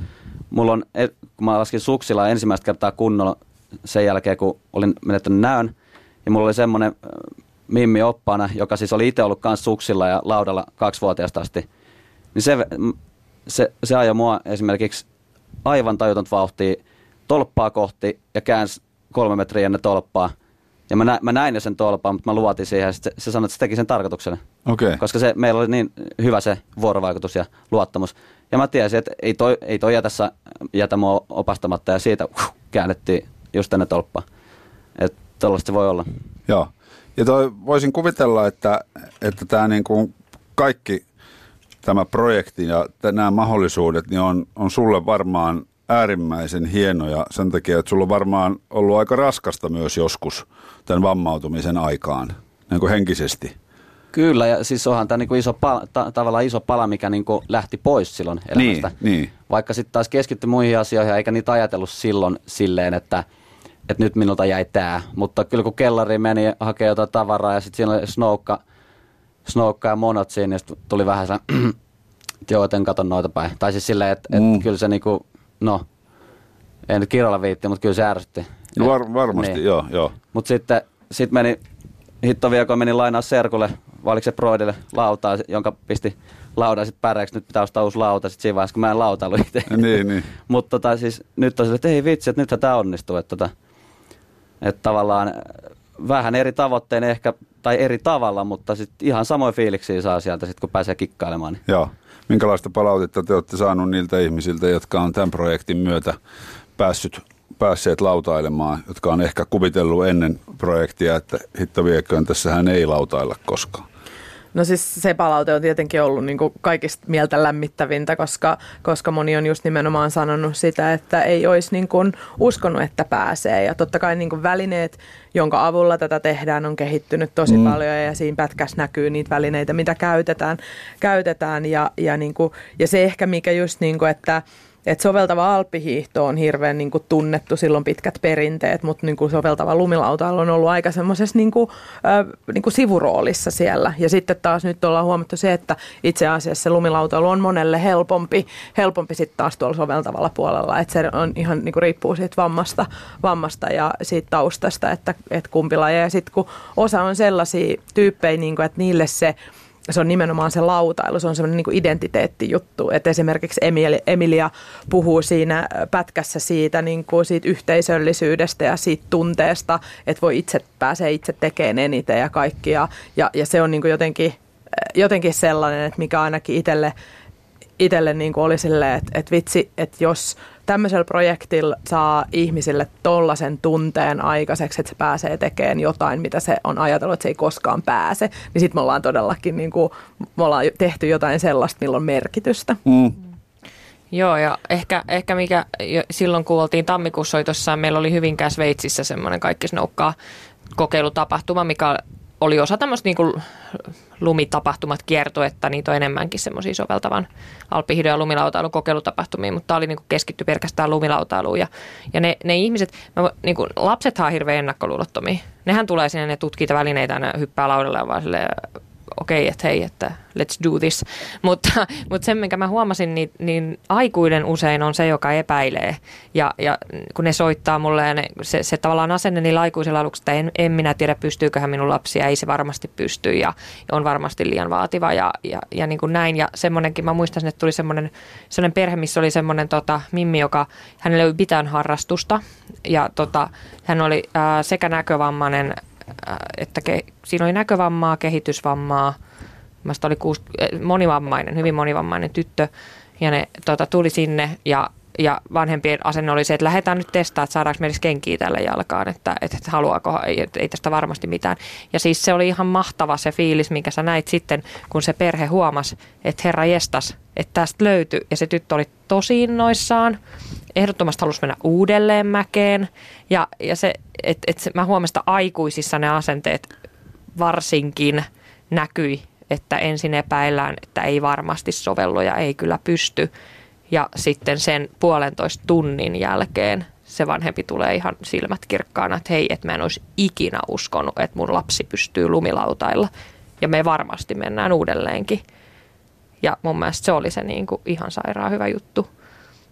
mulla on, kun mä laskin suksilla ensimmäistä kertaa kunnolla sen jälkeen, kun olin menettänyt näön, ja mulla oli semmoinen mimmi oppaana, joka siis oli itse ollut kanssa suksilla ja laudalla kaksivuotiaasta asti, niin se, se, se ajoi mua esimerkiksi aivan tajutonta vauhtia tolppaa kohti ja käänsi kolme metriä ennen tolppaa. Ja mä, nä, mä näin jo sen tolppaa, mutta mä luotin siihen ja se, se sanoi, että se teki sen tarkoituksena.
Okay.
Koska se, meillä oli niin hyvä se vuorovaikutus ja luottamus. Ja mä tiesin, että ei toi, ei toi jätä, jätä mua opastamatta ja siitä uh, käännettiin just tänne tolppaan. Että tollaista se voi olla.
Joo. Ja toi, voisin kuvitella, että, että tämä niin kuin kaikki tämä projekti ja nämä mahdollisuudet niin on, on sulle varmaan äärimmäisen hienoja sen takia, että sulla on varmaan ollut aika raskasta myös joskus tämän vammautumisen aikaan, niin kuin henkisesti.
Kyllä, ja siis onhan tämä niinku iso pala, ta, tavallaan iso pala, mikä niinku lähti pois silloin elämästä.
Niin, niin.
Vaikka sitten taas keskittyi muihin asioihin, eikä niitä ajatellut silloin silleen, että, että nyt minulta jäi tämä. Mutta kyllä kun kellariin meni hakea jotain tavaraa ja sitten siinä oli snoukka, snoukka ja monot siinä, ja sitten tuli vähän sellainen, että joo, et en katso noita päin. Tai siis silleen, että
mm.
et kyllä se niinku, no, ei nyt kirjoilla viitti, mutta kyllä se ärsytti.
No var, varmasti, niin. joo, joo.
Mutta sitten sit meni, hitto vielä, kun menin lainaa serkulle, vai oliko se Broidille lautaa, jonka pisti laudan sitten päreiksi, nyt pitää ostaa uusi lauta, sitten siinä vaiheessa, kun mä en lautailu itse.
niin, niin.
Mutta tota, siis nyt on sille, että ei vitsi, että nythän tämä onnistuu, että tota, et tavallaan vähän eri tavoitteen ehkä, tai eri tavalla, mutta sitten ihan samoin fiiliksiä saa sieltä, sit, kun pääsee kikkailemaan. Niin.
Joo. Minkälaista palautetta te olette saaneet niiltä ihmisiltä, jotka on tämän projektin myötä päässyt, päässeet lautailemaan, jotka on ehkä kuvitellut ennen projektia, että hitto vieköön, tässähän ei lautailla koskaan?
No siis se palaute on tietenkin ollut niin kuin kaikista mieltä lämmittävintä, koska, koska moni on just nimenomaan sanonut sitä, että ei olisi niin kuin uskonut, että pääsee. Ja totta kai niin kuin välineet, jonka avulla tätä tehdään, on kehittynyt tosi mm. paljon ja siinä pätkässä näkyy niitä välineitä, mitä käytetään. käytetään ja, ja, niin kuin, ja se ehkä mikä just niin kuin, että Et soveltava alppihiihto on hirveän niin kuin tunnettu, silloin pitkät perinteet, mutta niin kuin soveltava lumilautailu on ollut aika semmoisessa niin kuin, äh, niin kuin sivuroolissa siellä. Ja sitten taas nyt ollaan huomattu se, että itse asiassa se lumilautailu on monelle helpompi, helpompi sitten taas tuolla soveltavalla puolella. Että se on ihan niin kuin riippuu siitä vammasta, vammasta ja siitä taustasta, että, että kumpi lajeja. Ja sitten kun osa on sellaisia tyyppejä, niin kuin, että niille se se on nimenomaan se lautailu, se on semmoinen niin kuin identiteettijuttu. Että esimerkiksi Emilia puhuu siinä pätkässä siitä, niin kuin siitä yhteisöllisyydestä ja siitä tunteesta, että voi itse pääsee itse tekemään eniten ja kaikkia. Ja, ja se on niin kuin jotenkin, jotenkin sellainen, että mikä ainakin itselle, itselle niin kuin oli silleen, että, että vitsi, että jos tämmöisellä projektilla saa ihmisille tollaisen tunteen aikaiseksi, että se pääsee tekemään jotain, mitä se on ajatellut, että se ei koskaan pääse, niin sitten me ollaan todellakin niin kuin, me ollaan tehty jotain sellaista, millä on merkitystä.
Mm.
Joo, ja ehkä, ehkä mikä silloin, kun oltiin tammikuussa soitossa, meillä oli Hyvinkään Sveitsissä semmoinen kaikki snoukkaa kokeilutapahtuma, mikä oli osa tämmöistä niin kuin lumitapahtumat kiertuetta, niitä on enemmänkin semmoisia soveltavan alppihiidon ja lumilautailun kokeilutapahtumia, mutta tämä oli niin kuin keskitty pelkästään lumilautailuun. Ja, ja ne, ne ihmiset, mä, niin kuin, lapsethan on hirveän ennakkoluulottomia. Nehän tulee sinne, ne tutkii välineitä ja ne hyppää laudalle ja vaan silleen, okei, okay, että hei, että let's do this. Mutta, mutta sen, minkä mä huomasin, niin, niin aikuinen usein on se, joka epäilee. Ja, ja kun ne soittaa mulle, ja ne, se, se tavallaan asenne niillä aikuisilla aluksi, että en, en minä tiedä, pystyyköhän minun lapsia, ei se varmasti pysty ja on varmasti liian vaativa ja, ja, ja niin kuin näin. Ja semmoinenkin, mä muistan, että tuli semmoinen, semmoinen perhe, missä oli semmoinen tota, Mimmi, joka, hänellä ei mitään harrastusta. Ja tota, hän oli ää, sekä näkövammainen, että ke, siinä oli näkövammaa, kehitysvammaa, Mästä oli kuusi, monivammainen, hyvin monivammainen tyttö, ja ne tota, tuli sinne, ja, ja vanhempien asenne oli se, että lähdetään nyt testaa, että saadaanko me edes kenkiä tälle jalkaan, että, että, että haluaako, ei, ei tästä varmasti mitään. Ja siis se oli ihan mahtava se fiilis, minkä sä näit sitten, kun se perhe huomasi, että herra jestas, että tästä löytyi, ja se tyttö oli tosi innoissaan, ehdottomasti halusi mennä uudelleen mäkeen, ja, ja se, että et mä huomasin, että aikuisissa ne asenteet varsinkin näkyi, että ensin epäillään, että ei varmasti sovellu ja ei kyllä pysty. Ja sitten sen puolentoista tunnin jälkeen se vanhempi tulee ihan silmät kirkkaana, että hei, että mä en olisi ikinä uskonut, että mun lapsi pystyy lumilautailla. Ja me varmasti mennään uudelleenkin. Ja mun mielestä se oli se niin kuin ihan sairaan hyvä juttu.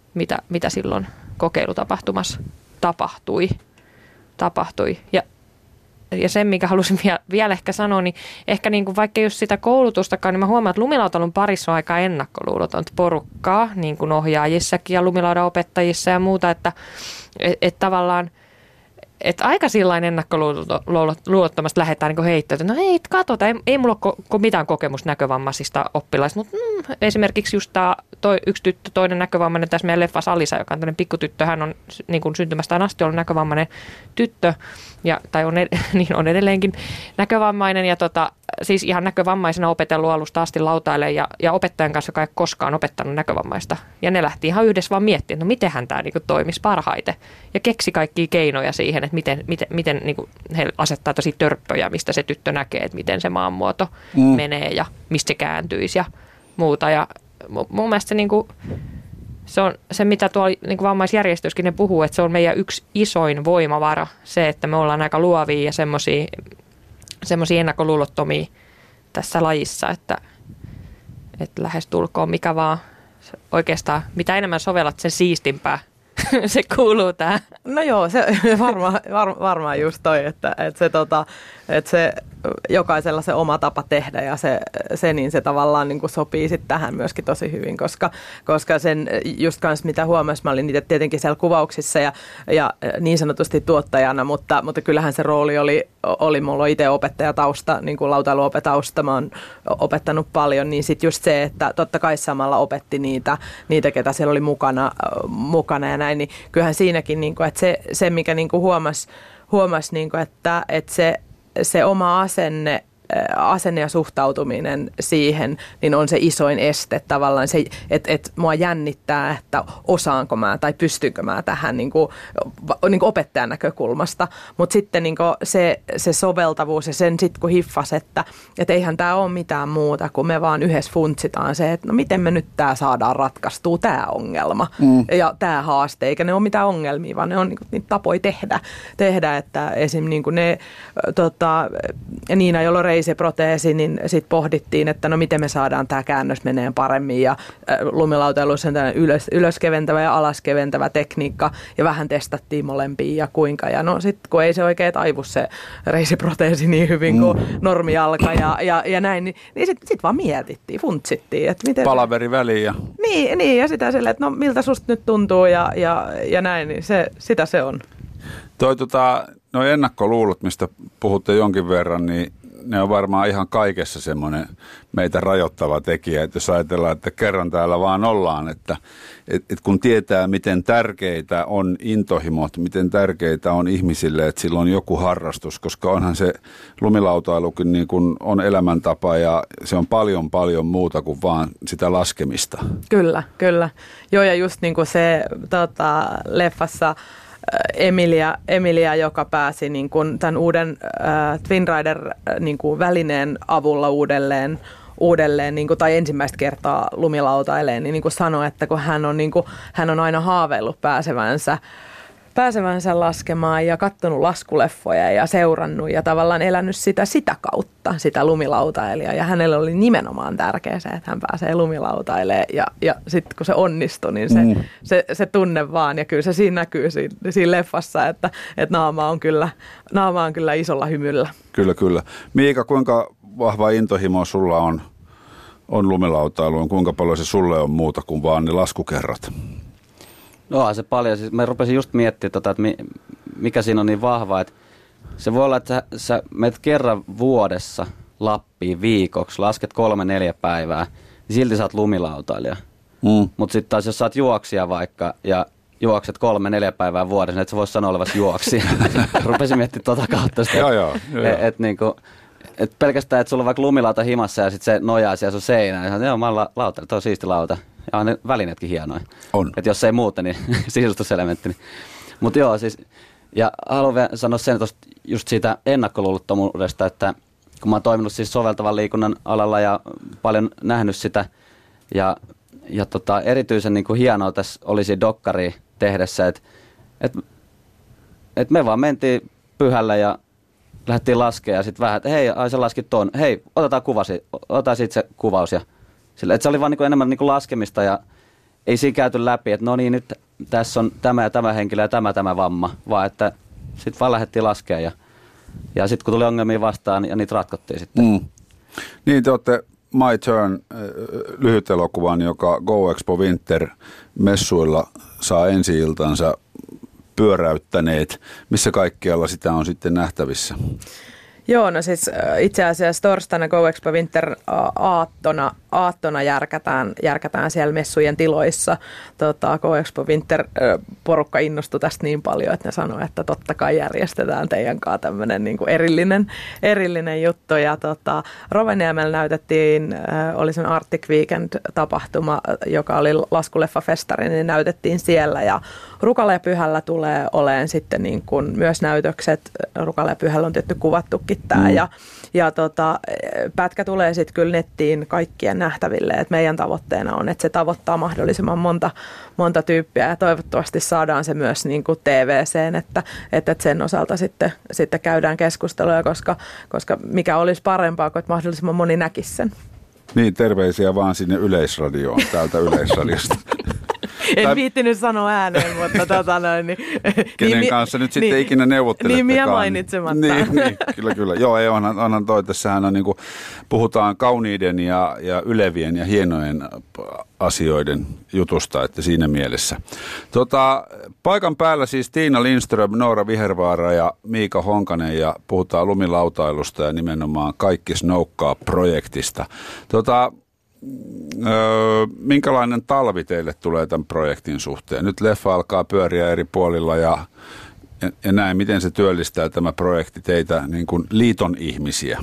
mitä, mitä silloin kokeilutapahtumassa tapahtui. tapahtui. Ja, ja sen, mikä halusin vielä, vielä ehkä sanoa, niin ehkä niin kuin vaikka jos sitä koulutustakaan, niin mä huomaan, että lumilautalun parissa on aika ennakkoluulotonta porukkaa, niin kuin ohjaajissakin ja lumilaudan opettajissa ja muuta, että et, et tavallaan että aika sillain ennakkoluulottomasti lähdetään niin heittoon, että no ei, katsota, ei, ei mulla ole ko- mitään kokemusta näkövammaisista oppilaista, mutta mm, esimerkiksi just tämä toi, yksi tyttö, toinen näkövammainen tässä meidän leffassa Alisa, joka on tämmöinen pikkutyttö, hän on niin kuin syntymästään asti ollut näkövammainen tyttö, ja, tai on, ed- niin on edelleenkin näkövammainen, ja tota, siis ihan näkövammaisena opetellut alusta asti lautailemaan, ja, ja opettajan kanssa, joka ei koskaan opettanut näkövammaista, ja ne lähti ihan yhdessä vaan miettimään, että no mitenhän tämä niin kuin toimisi parhaiten, ja keksi kaikkia keinoja siihen, että miten, miten, miten niin kuin he asettaa tosi törppöjä, mistä se tyttö näkee, että miten se maanmuoto mm. menee ja mistä se kääntyisi ja muuta. Ja mun mielestä se, niin kuin, se on se, mitä tuolla niin kuin vammaisjärjestössäkin ne puhuu, että se on meidän yksi isoin voimavara, se, että me ollaan aika luovia ja semmoisia semmoisia ennakkoluulottomia tässä lajissa, että, että lähestulkoon mikä vaan oikeastaan, mitä enemmän sovellat, sen siistimpää se kuuluu tähän.
No joo, se varmaan var, varmaan just toi, että, että, se, tota, että se jokaisella se oma tapa tehdä ja se, se niin se tavallaan niin kuin sopii sitten tähän myöskin tosi hyvin, koska, koska sen just kanssa mitä huomasin, mä olin niitä tietenkin siellä kuvauksissa ja, ja niin sanotusti tuottajana, mutta, mutta kyllähän se rooli oli, oli mulla on itse opettajatausta, niin kuin lautailuopetausta, mä oon opettanut paljon, niin sitten just se, että totta kai samalla opetti niitä, niitä ketä siellä oli mukana, mukana ja näin, niin kyllähän siinäkin, niin kuin, että se, se mikä niin kuin huomasi, huomasi niin kuin, että, että se se oma asenne, asenne ja suhtautuminen siihen, niin on se isoin este tavallaan, se, että et mua jännittää, että osaanko mä tai pystynkö mä tähän niin kuin, niin kuin opettajan näkökulmasta, mutta sitten niin kuin se, se soveltavuus ja sen sitten kun hiffas, että et eihän tämä ole mitään muuta, kun me vaan yhdessä funtsitaan se, että no miten me nyt tämä saadaan ratkaistua, tämä ongelma mm. ja tämä haaste, eikä ne ole mitään ongelmia, vaan ne on niin kuin, niitä tapoja tehdä, tehdä että esim. Niin kuin ne, tota, Niina, jolla reisiproteesi, niin sitten pohdittiin, että no miten me saadaan tämä käännös menee paremmin ja lumilautailussa on tällainen ylös, ylöskeventävä ja alaskeventävä tekniikka ja vähän testattiin molempia ja kuinka ja no sitten kun ei se oikein taivu se reisiproteesi niin hyvin kuin mm. normijalka ja, ja, ja näin, niin, niin sitten sit vaan mietittiin, funtsittiin. Että miten
palaveri väliin ja
niin, niin ja sitä silleen, että no miltä susta nyt tuntuu ja, ja, ja näin, niin se, sitä se on.
Toi tota, no ennakkoluulot, mistä puhutte jonkin verran, niin ne on varmaan ihan kaikessa semmoinen meitä rajoittava tekijä, että jos ajatellaan, että kerran täällä vaan ollaan, että et, et kun tietää, miten tärkeitä on intohimot, miten tärkeitä on ihmisille, että sillä on joku harrastus, koska onhan se lumilautailukin niin kuin on elämäntapa ja se on paljon paljon muuta kuin vaan sitä laskemista. Kyllä,
kyllä. Joo ja just niin kuin se tota, leffassa Emilia, Emilia, joka pääsi niin kuin tämän uuden äh, Twin Rider äh, niin kuin välineen avulla uudelleen, uudelleen niin kuin, tai ensimmäistä kertaa lumilautaileen, niin, niin kuin sanoi, että kun hän on, niin kuin, hän on aina haaveillut pääsevänsä, pääsevänsä laskemaan ja katsonut laskuleffoja ja seurannut ja tavallaan elänyt sitä sitä kautta, sitä lumilautailijaa. Ja hänelle oli nimenomaan tärkeää se, että hän pääsee lumilautailemaan ja, ja sitten kun se onnistui, niin se, mm. se, se tunne vaan. Ja kyllä se siinä näkyy siinä, siinä leffassa, että, että naama, on kyllä, naama on kyllä isolla hymyllä.
Kyllä, kyllä. Miika, kuinka vahva intohimo sulla on, on lumilautailuun? Kuinka paljon se sulle on muuta kuin vaan ne laskukerrat?
No se paljon. Siis mä rupesin just miettimään, tota, että mikä siinä on niin vahva, että se voi olla, että sä, sä menet kerran vuodessa Lappiin viikoksi, lasket kolme neljä päivää, niin silti sä oot lumilautailija. Mm. Mutta sitten taas jos sä oot juoksija vaikka ja juokset kolme neljä päivää vuodessa, niin et sä vois sanoa olevasi juoksija. Rupesin miettimään tota kautta sitä.
Joo, joo.
Et, et, niinku, et pelkästään, että sulla on vaikka lumilauta himassa ja sitten se nojaa siellä sun seinään. Joo, mä oon la- lautailija, toi on siisti lauta. Ja on ne välineetkin hienoja.
On.
Että jos ei muuta, niin sisustuselementti. Mutta joo, siis, ja haluan vielä sanoa sen tosta, just siitä ennakkoluulottomuudesta, että kun mä oon toiminut siis soveltavan liikunnan alalla ja paljon nähnyt sitä, ja, ja tota, erityisen niin kuin hienoa tässä olisi dokkari tehdessä, että et, et me vaan mentiin pyhällä ja lähdettiin laskemaan ja sitten vähän, että hei, ai sä laskit tuon, hei, otetaan kuvasi, otetaan siitä se kuvaus ja sillä, että se oli vaan niin kuin enemmän niin kuin laskemista ja ei siinä käyty läpi, että no niin, nyt tässä on tämä ja tämä henkilö ja tämä tämä vamma, vaan että sitten vaan lähdettiin laskemaan ja, ja sitten kun tuli ongelmia vastaan ja niitä ratkottiin sitten.
Mm. Niin te olette My Turn lyhytelokuvan, joka Go Expo Winter messuilla saa ensi-iltansa pyöräyttäneet. Missä kaikkialla sitä on sitten nähtävissä?
Joo, no siis itse asiassa torstaina Go Expo Winter aattona, aattona järkätään, järkätään siellä messujen tiloissa. Tota, Go Expo Winter porukka innostui tästä niin paljon, että ne sanoi, että totta kai järjestetään teidän kanssa tämmöinen niin kuin erillinen, erillinen juttu. Ja tota, Rovaniemellä näytettiin, oli sen Arctic Weekend-tapahtuma, joka oli laskuleffafestari, niin näytettiin siellä. Ja Rukalla ja Pyhällä tulee olemaan sitten niin kuin myös näytökset. Rukalla ja Pyhällä on tietty kuvattukin tämä. Mm. Ja, ja tota, pätkä tulee sitten kyllä nettiin kaikkien nähtäville. Et meidän tavoitteena on, että se tavoittaa mahdollisimman monta, monta tyyppiä ja toivottavasti saadaan se myös niin kuin T V C:n, että, että sen osalta sitten, sitten käydään keskustelua, koska, koska mikä olisi parempaa kuin, että mahdollisimman moni näkisi sen.
Niin, terveisiä vaan sinne Yleisradioon, täältä Yleisradiosta.
En tai viittinyt sanoa ääneen, mutta tota noin. Niin,
kenen
niin,
kanssa nyt sitten
niin,
ikinä neuvottelettekaan.
Nimiä mainitsematta.
Niin, niin, kyllä, kyllä. Joo, ei, onhan, onhan toi, tässähän on niin kuin, puhutaan kauniiden ja, ja ylevien ja hienojen asioiden jutusta, että siinä mielessä. Tota, paikan päällä siis Tiina Lindström, Noora Vihervaara ja Miika Honkanen ja puhutaan lumilautailusta ja nimenomaan Kaikki snoukkaa -projektista. Tota, Öö, minkälainen talvi teille tulee tämän projektin suhteen? Nyt leffa alkaa pyöriä eri puolilla ja, ja, ja näin, miten se työllistää tämä projekti teitä niin kuin liiton ihmisiä?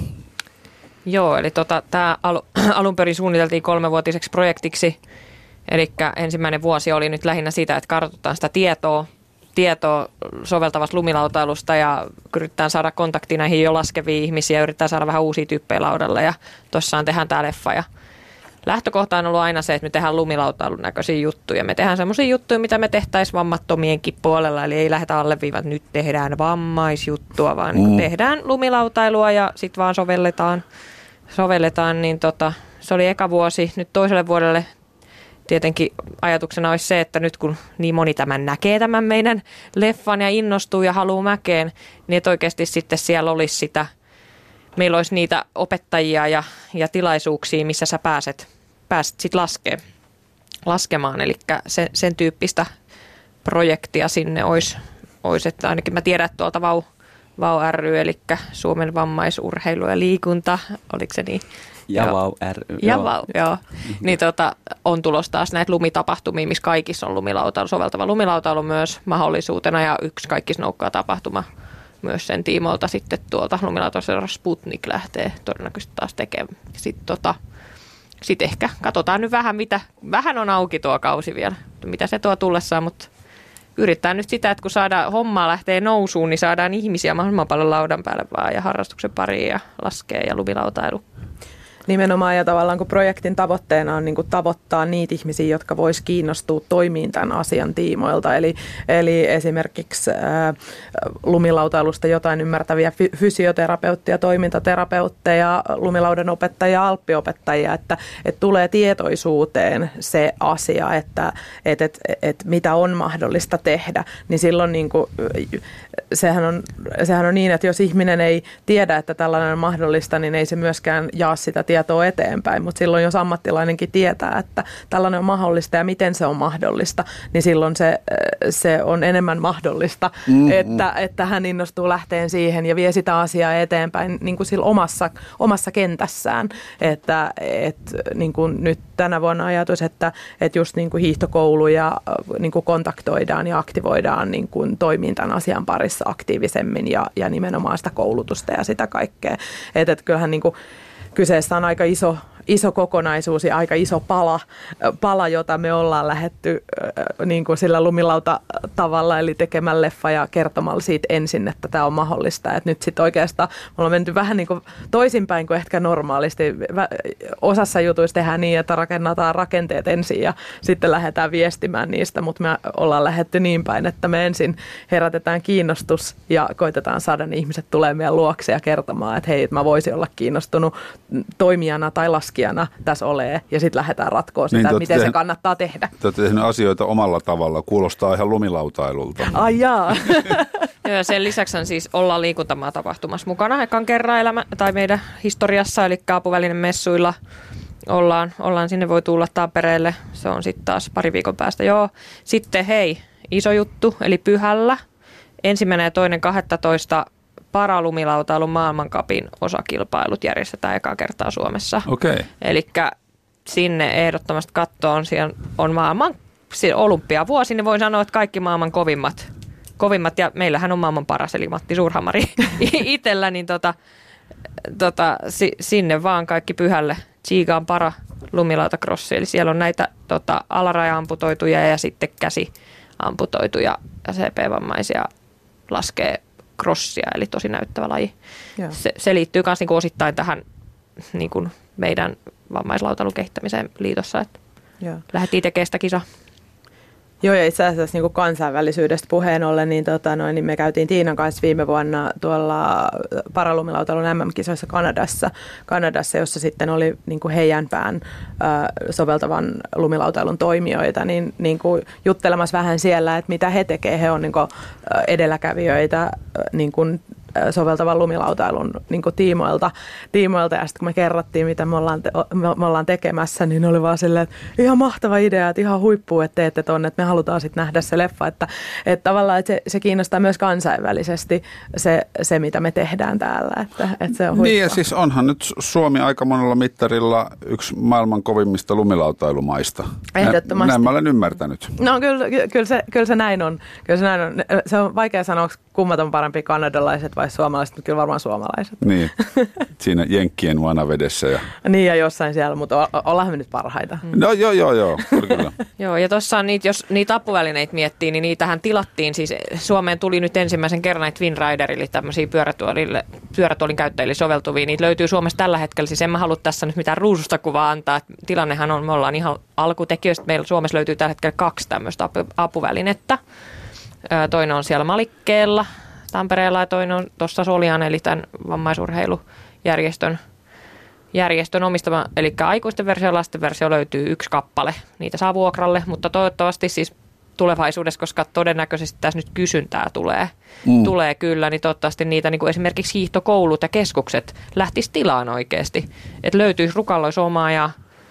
Joo, eli tota, tämä al, alun perin suunniteltiin kolmevuotiseksi projektiksi, eli ensimmäinen vuosi oli nyt lähinnä sitä, että kartoitetaan sitä tietoa, tietoa soveltavasta lumilautailusta ja yritetään saada kontakti näihin jo laskeviin ihmisiä ja yritetään saada vähän uusia tyyppejä laudalle ja tuossaan tehdään tämä leffa ja lähtökohta on ollut aina se, että me tehdään lumilautailun näköisiä juttuja. Me tehdään semmoisia juttuja, mitä me tehtäisiin vammattomienkin puolella. Eli ei lähdetä alleviivaan, että nyt tehdään vammaisjuttua, vaan mm. niin tehdään lumilautailua ja sitten vaan sovelletaan. sovelletaan niin tota, se oli eka vuosi. Nyt toiselle vuodelle tietenkin ajatuksena olisi se, että nyt kun niin moni tämän näkee tämän meidän leffan ja innostuu ja haluaa mäkeen, niin että oikeasti sitten siellä olisi sitä, meillä olisi niitä opettajia ja, ja tilaisuuksia, missä sä pääset, pääset sitten laskee, laskemaan. Eli se, sen tyyppistä projektia sinne olisi, olisi, että ainakin mä tiedän, että tuolta VAU, VAU ry, eli Suomen vammaisurheilu ja liikunta, oliko se niin?
Ja VAU ry.
Ja VAU, joo. Niin tota, on tulossa taas näitä lumitapahtumia, missä kaikissa on lumilautailu, soveltava lumilautailu myös mahdollisuutena ja yksi Kaikki snoukkaa -tapahtuma. Myös sen tiimoilta sitten tuolta lumilautaseura Sputnik lähtee todennäköisesti taas tekemään. Sitten tota, sit ehkä katsotaan nyt vähän, mitä, vähän on auki tuo kausi vielä, mitä se tuo tullessaan, mutta yritetään nyt sitä, että kun saadaan hommaa lähtee nousuun, niin saadaan ihmisiä mahdollisimman paljon laudan päälle vaan ja harrastuksen pariin ja laskee ja lumilautailu.
Nimenomaan ja tavallaan kun projektin tavoitteena on niin kuin tavoittaa niitä ihmisiä, jotka vois kiinnostua toimimaan tämän asian tiimoilta. Eli, eli esimerkiksi ää, lumilautailusta jotain ymmärtäviä fy- fysioterapeutteja, toimintaterapeutteja, lumilaudan opettajia, alppiopettajia, että, että tulee tietoisuuteen se asia, että, että, että, että mitä on mahdollista tehdä. Niin silloin niin kuin, sehän, on, sehän on niin, että jos ihminen ei tiedä, että tällainen on mahdollista, niin ei se myöskään jaa sitä tietoa eteenpäin, mutta silloin jos ammattilainenkin tietää, että tällainen on mahdollista ja miten se on mahdollista, niin silloin se, se on enemmän mahdollista, mm-hmm. että, että hän innostuu lähteen siihen ja vie sitä asiaa eteenpäin niin kuin sillä omassa, omassa kentässään. Että et, niin kuin nyt tänä vuonna ajatus, että, että just niin kuin hiihtokouluja niin kuin kontaktoidaan ja aktivoidaan niin kuin toimiin tämän asian parissa aktiivisemmin ja, ja nimenomaan sitä koulutusta ja sitä kaikkea. Että et kyllähän niin kuin kyseessä on aika iso, iso kokonaisuus ja aika iso pala, pala jota me ollaan lähdetty niin kuin sillä lumilautatavalla, eli tekemällä leffa ja kertomalla siitä ensin, että tämä on mahdollista. Et nyt sitten oikeastaan me ollaan menty vähän niin kuin toisinpäin kuin ehkä normaalisti. Osassa jutuissa tehdään niin, että rakennetaan rakenteet ensin ja sitten lähdetään viestimään niistä, mutta me ollaan lähdetty niin päin, että me ensin herätetään kiinnostus ja koitetaan saada ne ihmiset tulemaan meidän luokse ja kertomaan, että hei, mä voisin olla kiinnostunut toimijana tai laskijana laskijana tässä olee ja sitten lähdetään ratkoa sitä, niin, miten tehnyt, se kannattaa tehdä.
Te olette tehnyt asioita omalla tavalla. Kuulostaa ihan lumilautailulta.
Ai jaa.
Ja sen lisäksi siis ollaan liikuntamaa tapahtumassa mukana ekan kerran elämä, tai meidän historiassa, eli apuvälinen messuilla ollaan, ollaan sinne voi tulla Tampereelle. Se on sitten taas pari viikon päästä. Joo. Sitten hei, iso juttu, eli Pyhällä. Ensimmäinen ja toinen kahdennentoista paralumilautailun maailmancupin osakilpailut järjestetään ekaa kertaa Suomessa.
Okay.
Eli sinne ehdottomasti kattoon, siellä on maailman olympiavuosi, niin voin sanoa, että kaikki maailman kovimmat, kovimmat ja meillähän on maailman paras, eli Matti Suurhamari itsellä, niin tota, tota, si, sinne vaan kaikki Pyhälle. Tsiigaan para lumilautakrossi, eli siellä on näitä tota, alaraja-amputoituja ja sitten käsiamputoituja ja C P-vammaisia laskee crossia, eli tosi näyttävä laji. Se, se liittyy myös niinku osittain tähän niinku meidän vammaislautailun kehittämiseen liitossa, että Joo. lähdettiin tekemään sitä kisaa.
Joo, ja itse asiassa niin kansainvälisyydestä puheen ollen, niin, tota, noin, niin me käytiin Tiinan kanssa viime vuonna tuolla paralumilautailun M M-kisoissa Kanadassa, Kanadassa jossa sitten oli niin kuin heidän pään äh, soveltavan lumilautailun toimijoita, niin, niin kuin juttelemassa vähän siellä, että mitä he tekevät. He on niin kuin edelläkävijöitä äh, niin kuin soveltavan lumilautailun niin kuin tiimoilta, tiimoilta. Ja sitten kun me kerrottiin, mitä me ollaan, te- me ollaan tekemässä, niin oli vaan silleen, että ihan mahtava idea, että ihan huippuu, että teette tonne, että me halutaan sitten nähdä se leffa. Että, että tavallaan että se, se kiinnostaa myös kansainvälisesti se, se, mitä me tehdään täällä. Että, että se on huippua.
Niin ja siis onhan nyt Suomi aika monella mittarilla yksi maailman kovimmista lumilautailumaista.
Ehdottomasti.
Näin mä olen ymmärtänyt.
No kyllä, kyllä, se, kyllä se näin on. Kyllä se näin on. Se on vaikea sanoa, onko kummat on parempi, kanadalaiset vai suomalaiset, mutta kyllä varmaan suomalaiset.
Niin, siinä jenkkien vanavedessä. Ja...
niin ja jossain siellä, mutta ollaan me nyt parhaita.
Mm. No joo, joo, joo, kyllä.
Joo, ja tuossa niitä, jos niitä apuvälineitä miettii, niin niitähän tilattiin. Siis Suomeen tuli nyt ensimmäisen kerran näitä Twin Rider, eli tämmöisiä pyörätuolille, pyörätuolin käyttäjille soveltuvia. Niitä löytyy Suomessa tällä hetkellä. Siis en mä halua tässä nyt mitään ruususta kuvaa antaa. Tilannehan on, me ollaan ihan alkutekijöistä. Meillä Suomessa löytyy tällä hetkellä kaksi tämmöistä apuvälinettä. Toinen on siellä Malikkeella Tampereella ja toinen on tuossa Solian, eli tämän vammaisurheilujärjestön järjestön omistama. Eli aikuisten versio ja lasten versio löytyy yksi kappale. Niitä saa vuokralle, mutta toivottavasti siis tulevaisuudessa, koska todennäköisesti tässä nyt kysyntää tulee, mm. tulee kyllä, niin toivottavasti niitä niin kuin esimerkiksi hiihtokoulut ja keskukset lähtisi tilaan oikeasti. Että löytyisi rukalloisomaa ja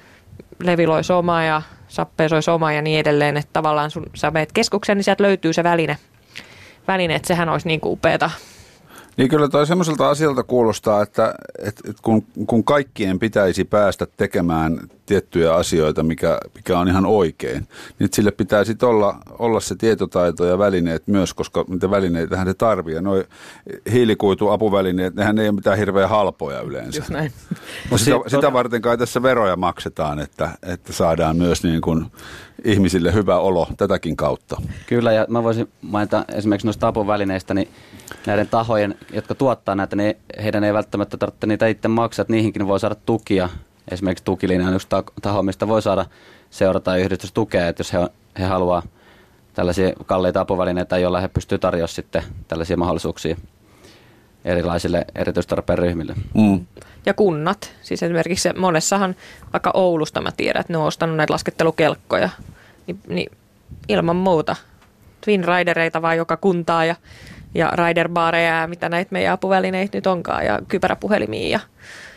leviloisomaa ja sappeesoisomaa ja niin edelleen, että tavallaan sun, sä meet keskukseen, niin sieltä löytyy se väline. väline, että sehän olisi niin kuin upeata.
Niin kyllä toi semmoiselta asialta kuulostaa, että, että kun, kun kaikkien pitäisi päästä tekemään tiettyjä asioita, mikä, mikä on ihan oikein, niin sille pitää sitten olla, olla se tietotaito ja välineet myös, koska niitä välineitähän se tarvitsee. Noi hiilikuituapuvälineet, nehän ei ole mitään hirveän halpoja yleensä.
Just näin.
Sitä, sitä varten kai tässä veroja maksetaan, että, että saadaan myös niin kuin ihmisille hyvä olo tätäkin kautta.
Kyllä, ja mä voisin mainita esimerkiksi noista apuvälineistä, niin näiden tahojen, jotka tuottaa näitä, niin heidän ei välttämättä tarvitse niitä itse maksaa, että niihinkin voi saada tukia. Esimerkiksi tukilinja on yksi taho, mistä voi saada seura- tai yhdistystukea, että jos he, he haluaa tällaisia kalliita apuvälineitä, joilla he pystyvät tarjoamaan sitten tällaisia mahdollisuuksia erilaisille erityistarpeen ryhmille.
Mm.
Ja kunnat, siis esimerkiksi monessahan, vaikka Oulusta mä tiedän, että ne on ostanut näitä laskettelukelkkoja, niin, niin ilman muuta Twin Ridereita vaan joka kuntaa ja, ja riderbaareja ja mitä näitä meidän apuvälineitä nyt onkaan ja kypäräpuhelimia ja,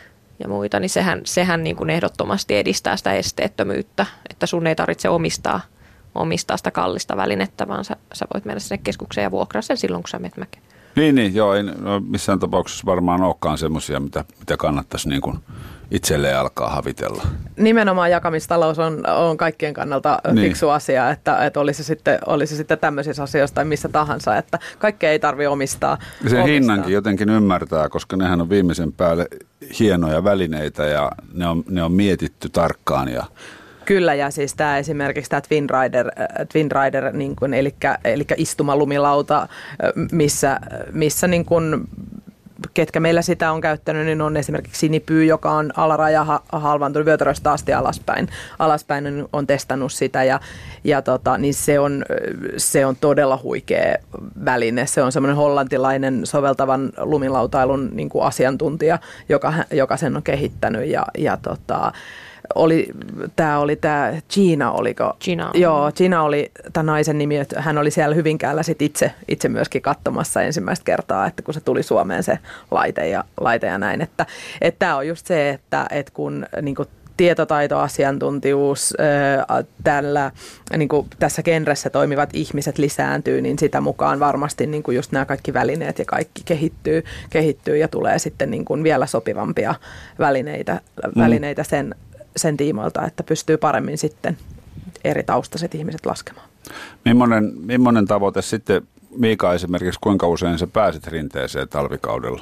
ja muita, niin sehän, sehän niin kuin ehdottomasti edistää sitä esteettömyyttä, että sun ei tarvitse omistaa, omistaa sitä kallista välinettä, vaan sä, sä voit mennä sinne keskukseen ja vuokraa sen silloin, kun sä menet mäkeen.
Niin, niin, joo, ei no, missään tapauksessa varmaan olekaan semmoisia, mitä, mitä kannattaisi niin kuin itselleen alkaa havitella.
Nimenomaan jakamistalous on, on kaikkien kannalta niin fiksu asia, että, että olisi, sitten, olisi sitten tämmöisissä asioissa tai missä tahansa, että kaikkea ei tarvitse omistaa.
Ja sen omistaa. Hinnankin jotenkin ymmärtää, koska nehän on viimeisen päälle hienoja välineitä ja ne on, ne on mietitty tarkkaan ja
kyllä, ja siis tämä esimerkiksi tämä Twin Rider, Twin Rider niin kuin, eli, eli istumalumilauta, missä, missä niin kuin ketkä meillä sitä on käyttänyt, niin on esimerkiksi Sinipyy, joka on alaraja ha- halvaantunut vyötäröstä asti alaspäin. Alaspäin niin on testannut sitä ja, ja tota, niin se, on, se on todella huikea väline. Se on semmoinen hollantilainen soveltavan lumilautailun niin kuin asiantuntija, joka, joka sen on kehittänyt ja, ja tota, Oli, tämä oli tämä Gina, oliko?
Gina.
Joo, Gina oli tämä naisen nimi, että hän oli siellä Hyvinkäällä sit itse, itse myöskin katsomassa ensimmäistä kertaa, että kun se tuli Suomeen se laite ja, laite ja näin. Että että tämä on just se, että, että kun niin kuin tietotaito, asiantuntijuus, ää, tällä, niin kuin tässä genressä toimivat ihmiset lisääntyy, niin sitä mukaan varmasti niin kuin just nämä kaikki välineet ja kaikki kehittyy, kehittyy ja tulee sitten niin kuin vielä sopivampia välineitä, mm. välineitä sen sen tiimoilta, että pystyy paremmin sitten eri taustaiset ihmiset laskemaan.
Millainen, millainen tavoite sitten, Miika esimerkiksi, kuinka usein sä pääset rinteeseen talvikaudella?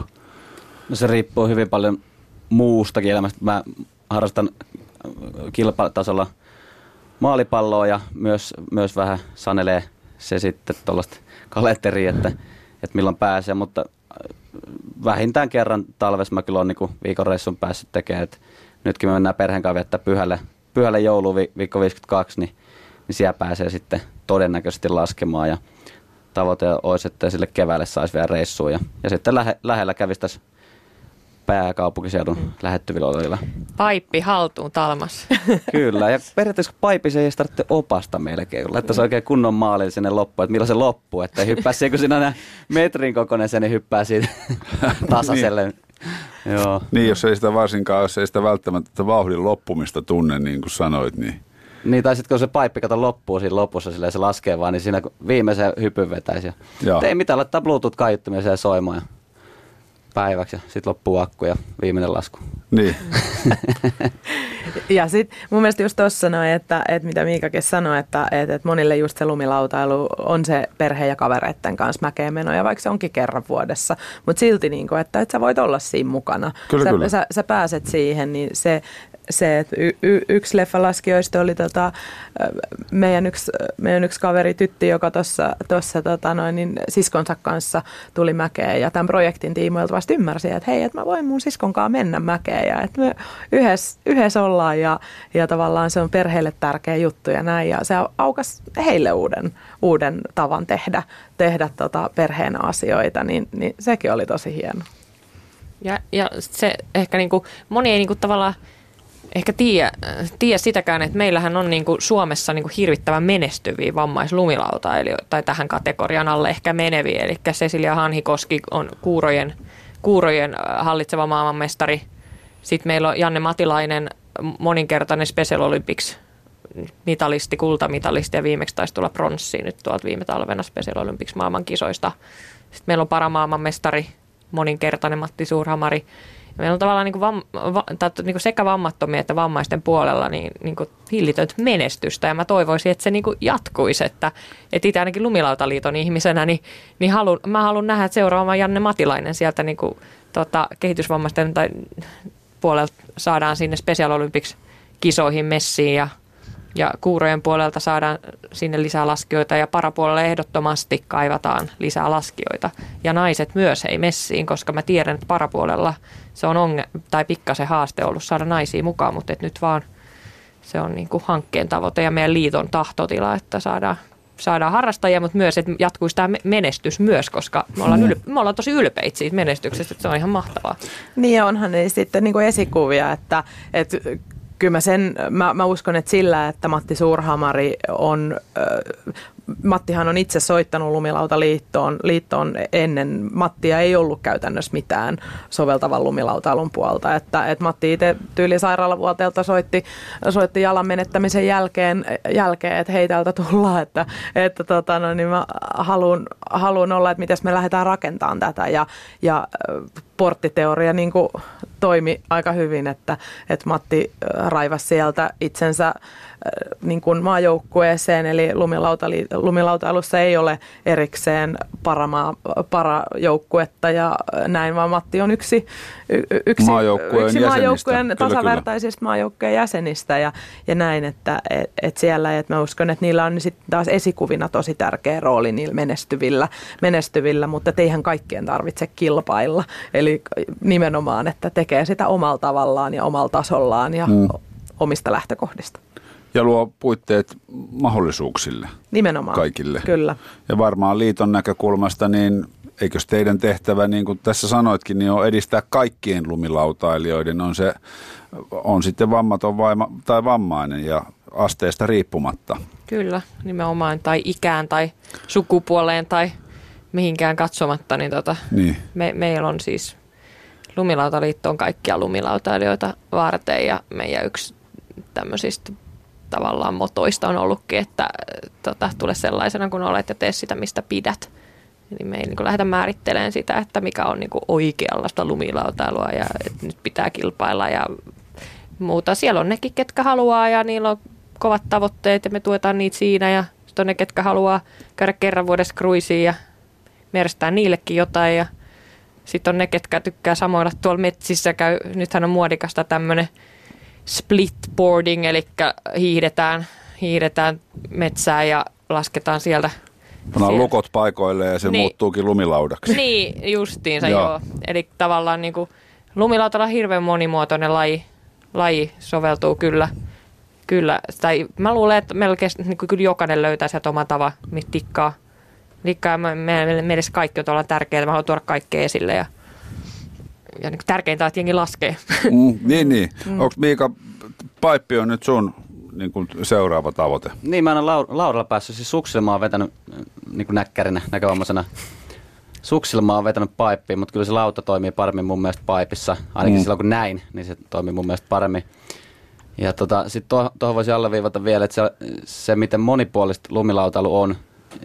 No se riippuu hyvin paljon muustakin elämästä. Mä harrastan kilpatasolla maalipalloa ja myös, myös vähän sanelee se sitten tuollaista kalenteria, että, että milloin pääsee, mutta vähintään kerran talvessa mä kyllä olen niin viikon reissun päässyt tekemään, että nytkin me mennään perheen kanssa viettää pyhälle, pyhälle jouluun vi, viikko viisikymmentäkaksi, niin, niin siellä pääsee sitten todennäköisesti laskemaan. Ja tavoite olisi, että sille keväälle saisi vielä reissuun. Ja, ja sitten lähe, lähellä kävisi tässä pääkaupunkiseudun mm. lähettyvillä olevilla.
Paippi haltuun Talmas.
Kyllä, ja periaatteessa paippi ei tarvitse opasta melkein. Laittaisi oikein kunnon maalin sinne loppuun, että milloin se loppuu. Että ei hyppää siihen, kun siinä on metrin kokoinen se, niin hyppää siitä tasaiselle.
niin.
Joo.
Niin, jos ei sitä varsinkaan, jos ei sitä välttämättä vauhdin loppumista tunne, niin kuin sanoit, niin...
Niin, tai sitten kun se paippi kato loppuu siinä lopussa, silleen se laskee vaan, niin siinä viimeisen hypyn vetäisi. Ei mitään, laittaa Bluetooth-kaiuttimia siellä soimaan ja päiväksi ja sitten loppuu akku ja viimeinen lasku.
Niin.
Ja sitten mun mielestä just tuossa sanoi, että, että mitä Miikakin sanoi, että, että, että monille just se lumilautailu on se perhe- ja kavereiden kanssa mäkeen menoja, vaikka se onkin kerran vuodessa. Mutta silti, niin kuin, että, että sä voit olla siinä mukana.
Kyllä,
sä,
kyllä.
Sä, sä pääset siihen, niin se... Se, että y- y- yksi leffalaskijoista oli tota, meidän, yksi, meidän yksi kaveri tytti, joka tuossa tota niin siskonsa kanssa tuli mäkeen ja tämän projektin tiimoilta vasta ymmärsi, että hei, että mä voin mun siskon kanssa mennä mäkeen ja että me yhdessä, yhdessä ollaan ja, ja tavallaan se on perheelle tärkeä juttu ja näin ja se aukasi heille uuden, uuden tavan tehdä, tehdä tota perheen asioita, niin, niin sekin oli tosi hieno.
Ja, ja se ehkä niinku, moni ei niinku tavallaan ehkä tiedä, tiedä sitäkään, että meillähän on niinku Suomessa niinku hirvittävän menestyviä vammaislumilautailijoita tai tähän kategorian alle ehkä meneviä. Eli Cecilia Hanhikoski on kuurojen, kuurojen hallitseva maailmanmestari. Sitten meillä on Janne Matilainen, moninkertainen Special Olympics mitalisti, kultamitalisti ja viimeksi taisi tulla pronssiin nyt tuolta viime talvena Special Olympics maailmankisoista. Sitten meillä on paramaailmanmestari, moninkertainen Matti Suurhamari. Meillä on tavallaan niin kuin vam, va, niin kuin sekä vammattomia että vammaisten puolella niin, niin kuin hillitöntä menestystä. Ja mä toivoisin, että se niin kuin jatkuisi. Että, että itse ainakin Lumilautaliiton ihmisenä, niin, niin haluan, mä haluan nähdä, että seuraava Janne Matilainen sieltä niin kuin, tota, kehitysvammaisten tai puolelta saadaan sinne Special Olympics-kisoihin messiin ja Ja kuurojen puolelta saadaan sinne lisää laskijoita ja parapuolella ehdottomasti kaivataan lisää laskijoita. Ja naiset myös ei messiin, koska mä tiedän, että parapuolella se on onge- tai pikkasen haaste ollut saada naisia mukaan, mutta et nyt vaan se on niin kuin hankkeen tavoite ja meidän liiton tahtotila, että saadaan, saadaan harrastajia, mutta myös, että jatkuisi tämä menestys myös, koska me ollaan, ylpe- me ollaan tosi ylpeitä siitä menestyksestä, että se on ihan mahtavaa. Niin
ja onhan ne sitten niin kuin esikuvia, että, että kyllä mä, sen, mä, mä uskon, että sillä, että Matti Suurhamari on, äh, Mattihan on itse soittanut Lumilautaliittoon liittoon ennen. Mattia ei ollut käytännössä mitään soveltavan lumilautailun puolta. Että, että Matti itse tyyli sairaalavuoteelta soitti, soitti jalan menettämisen jälkeen, jälkeen että hei täältä tullaan, että, että tota, no, niin mä haluan, haluan olla, että miten me lähdetään rakentamaan tätä ja, ja porttiteoria niin kuin toimi aika hyvin, että, että Matti raivasi sieltä itsensä niin kuin maajoukkueeseen, eli lumilautailussa ei ole erikseen paramaa, parajoukkuetta ja näin, vaan Matti on yksi, yksi,
maajoukkueen
yksi maajoukkueen
kyllä,
tasavertaisista kyllä. maajoukkueen jäsenistä ja, ja näin, että et, et siellä, että mä uskon, että niillä on sitten taas esikuvina tosi tärkeä rooli niillä menestyvillä, menestyvillä mutta eihän kaikkien tarvitse kilpailla, eli nimenomaan, että tekee sitä omalla tavallaan ja omalla tasollaan ja mm. omista lähtökohdista.
Ja luo puitteet mahdollisuuksille.
Nimenomaan.
Kaikille.
Kyllä.
Ja varmaan liiton näkökulmasta, niin eikös teidän tehtävä, niin kuin tässä sanoitkin, niin on edistää kaikkien lumilautailijoiden, on se, on sitten vammaton vaima, tai vammainen ja asteesta riippumatta.
Kyllä, nimenomaan, tai ikään tai sukupuoleen tai mihinkään katsomatta, niin, tota,
niin.
Me, meillä on siis Lumilautaliitto on kaikkia lumilautailijoita varten ja meidän yksi tämmöisistä tavallaan motoista on ollutkin, että tota, tule sellaisena kuin olet ja tee sitä, mistä pidät. Eli me ei niin lähdetä määrittelemään sitä, että mikä on niin oikeanlaista lumilautailua ja että nyt pitää kilpailla ja muuta. Siellä on nekin, ketkä haluaa ja niillä on kovat tavoitteet ja me tuetaan niitä siinä ja sitten on ne, ketkä haluaa käydä kerran vuodessa cruisiin ja järjestää niillekin jotain ja sitten on ne, ketkä tykkää samoilla tuolla metsissä. Käy, nythän on muodikasta tämmöinen splitboarding, eli hiihdetään, hiihdetään metsään ja lasketaan sieltä.
Pannaan lukot paikoille ja se niin, muuttuukin lumilaudaksi. Niin,
justiinsa joo. joo. Eli tavallaan niin kuin, lumilautalla on hirveän monimuotoinen laji, laji soveltuu kyllä. kyllä. Tai mä luulen, että melkein niin kuin, kyllä jokainen löytää sieltä oman tavan, mistä tikkaa. Liikkaa meille me, kaikki on ollaan tärkeää. Mä haluan tuoda kaikkea esille ja, ja niin tärkeintä on, että jengi laskee. Mm,
niin, niin. Mm. Onko Miika, paippi on nyt sun niin kuin seuraava tavoite?
Niin, mä oon Laur- Lauralla päässyt. Siis suksilla mä oon vetänyt niin kuin näkkärinä, näkövammaisena. Suksilla mä oon vetänyt paippiin, mutta kyllä se lauta toimii paremmin mun mielestä paipissa. Ainakin mm. silloin kun näin, niin se toimii mun mielestä paremmin. Ja tota, sitten tuohon to, voisi alleviivata vielä, että se, se miten monipuolista lumilautailu on,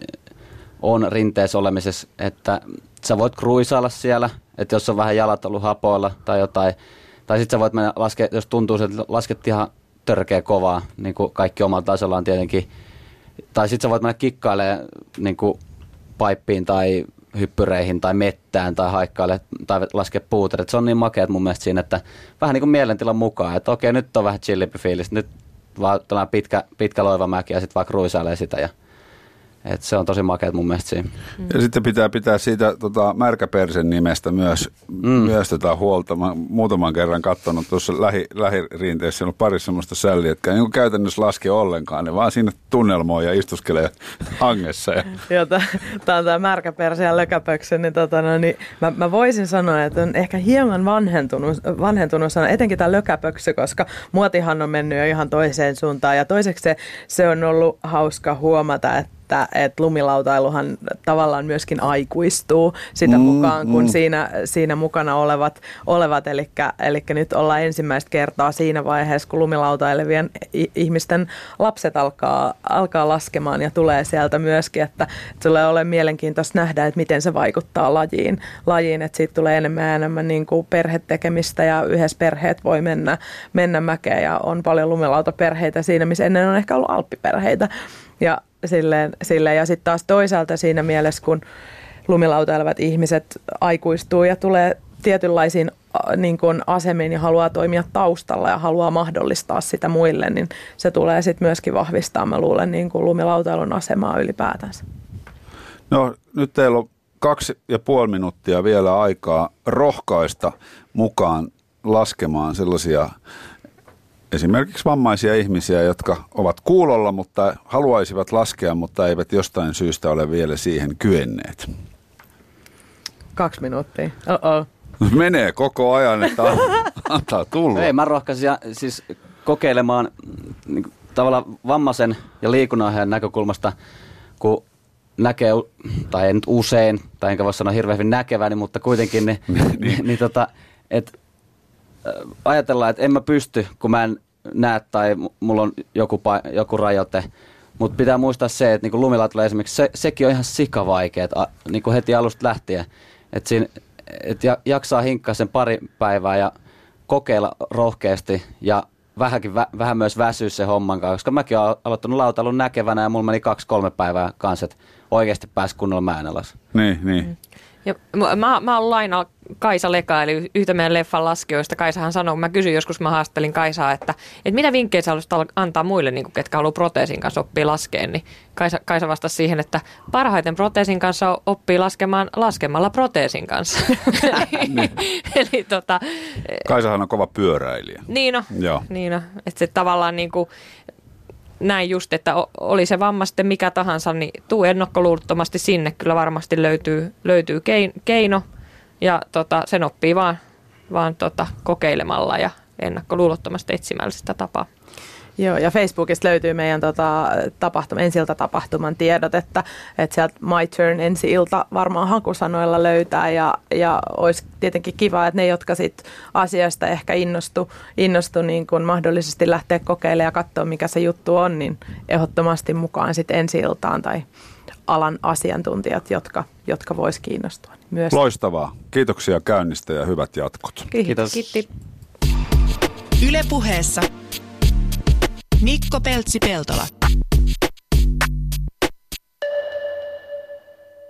on rinteessä olemisessa, että sä voit kruisailla siellä, että jos on vähän jalat ollut hapoilla tai jotain, tai sitten sä voit mennä laske, jos tuntuu, että lasket ihan törkeä kovaa, niin kuin kaikki omalla tasollaan tietenkin, tai sitten sä voit mennä kikkailemaan niin kuin paippiin tai hyppyreihin tai mettään tai haikkaille tai laskea puuterit. Se on niin makeat mun mielestä siinä, että vähän niin kuin mielentilan mukaan, että okei, nyt on vähän chillimpi fiilis, nyt vaan tällainen pitkä, pitkä loivamäki ja sitten vaan kruisailee sitä ja et se on tosi makeat mun mielestä siinä.
Mm. Ja sitten pitää pitää siitä tota, märkäpersen nimestä myös, mm. myös tätä huolta. Mä muutaman kerran katsonut tuossa lähi, lähirinteessä, siellä on pari semmoista sälliä, jotka ei niin käytännössä laske ollenkaan. Ne vaan sinne tunnelmoon ja istuskelee hangessa. Ja.
Joo, tämä on tämä märkäperse ja lökäpöksy. Niin, tota, no, niin mä, mä voisin sanoa, että on ehkä hieman vanhentunut, vanhentunut sana, etenkin tämä lökäpöksy, koska muotihan on mennyt jo ihan toiseen suuntaan. Ja toiseksi se, se on ollut hauska huomata, että Että, että lumilautailuhan tavallaan myöskin aikuistuu sitä mm, mukaan, kun mm. siinä, siinä mukana olevat, olevat eli, eli nyt ollaan ensimmäistä kertaa siinä vaiheessa, kun lumilautailevien ihmisten lapset alkaa, alkaa laskemaan ja tulee sieltä myöskin, että tulee olemaan mielenkiintoista nähdä, että miten se vaikuttaa lajiin, lajiin että siitä tulee enemmän ja enemmän niin kuin perhetekemistä ja yhdessä perheet voi mennä, mennä mäkeen ja on paljon lumilautaperheitä siinä, missä ennen on ehkä ollut alppiperheitä ja Silleen, silleen. Ja sitten taas toisaalta siinä mielessä, kun lumilautailevat ihmiset aikuistuu ja tulee tietynlaisiin niin kuin asemiin ja haluaa toimia taustalla ja haluaa mahdollistaa sitä muille, niin se tulee sitten myöskin vahvistaa, mä luulen, niin kuin lumilautailun asemaa ylipäätänsä.
No nyt teillä on kaksi ja puoli minuuttia vielä aikaa rohkaista mukaan laskemaan sellaisia esimerkiksi vammaisia ihmisiä, jotka ovat kuulolla, mutta haluaisivat laskea, mutta eivät jostain syystä ole vielä siihen kyenneet.
Kaksi minuuttia. Oh-oh.
Menee koko ajan, että antaa tulla.
Ei, mä rohkaisin siis kokeilemaan niin kuin, tavallaan vammaisen ja liikunnanohjaajan näkökulmasta, kun näkee, tai ei nyt usein, tai enkä voi sanoa hirveän hyvin näkeväni, mutta kuitenkin, niin, niin. niin tota, että ajatellaan, että en mä pysty, kun mä en näe tai mulla on joku, joku rajoite. Mutta pitää muistaa se, että niinku lumilautailu esimerkiksi, se, sekin on ihan sikavaikeet niinku heti alusta lähtien. Että et jaksaa hinkkaa sen pari päivää ja kokeilla rohkeasti ja vähänkin, vä, vähän myös väsyä se homman kanssa, koska mäkin olen aloittanut lautailun näkevänä ja mulla meni kaksi-kolme päivää kanssa, että oikeasti pääsi kunnolla mäen alas.
Niin, niin.
Mm. Ja mä, mä oon Laina Kaisa Leka, eli yhtä meidän leffan laskijoista. Kaisahan sanoi, mä kysyin joskus, mä haastelin Kaisaa, että, että mitä vinkkejä sä haluaisit antaa muille, niin kuin, ketkä haluaa proteesin kanssa oppia laskeen. Niin Kaisa, Kaisa vastasi siihen, että parhaiten proteesin kanssa oppii laskemaan laskemalla proteesin kanssa.
niin.
Eli tota...
Kaisahan on kova pyöräilijä.
Niin on,
Joo.
niin on. Että se tavallaan niin kuin... Näin just, että oli se vamma sitten mikä tahansa, niin tuu ennakkoluulottomasti sinne. Kyllä varmasti löytyy, löytyy keino ja tota, sen oppii vaan, vaan tota, kokeilemalla ja ennakkoluulottomasti etsimällä sitä tapaa.
Joo, ja Facebookista löytyy meidän tota, tapahtuma, ensi-ilta tapahtuman tiedot, että, että sieltä My Turn ensi-ilta varmaan hakusanoilla löytää ja, ja olisi tietenkin kiva, että ne, jotka sit asiasta ehkä innostu, innostu niin kun mahdollisesti lähteä kokeilemaan ja katsoa, mikä se juttu on, niin ehdottomasti mukaan sit ensi-iltaan tai alan asiantuntijat, jotka, jotka vois kiinnostua. Myös.
Loistavaa. Kiitoksia käynnistä ja hyvät jatkot.
Kiitos. Kiitos.
Yle Puheessa Mikko Peltsi-Peltola.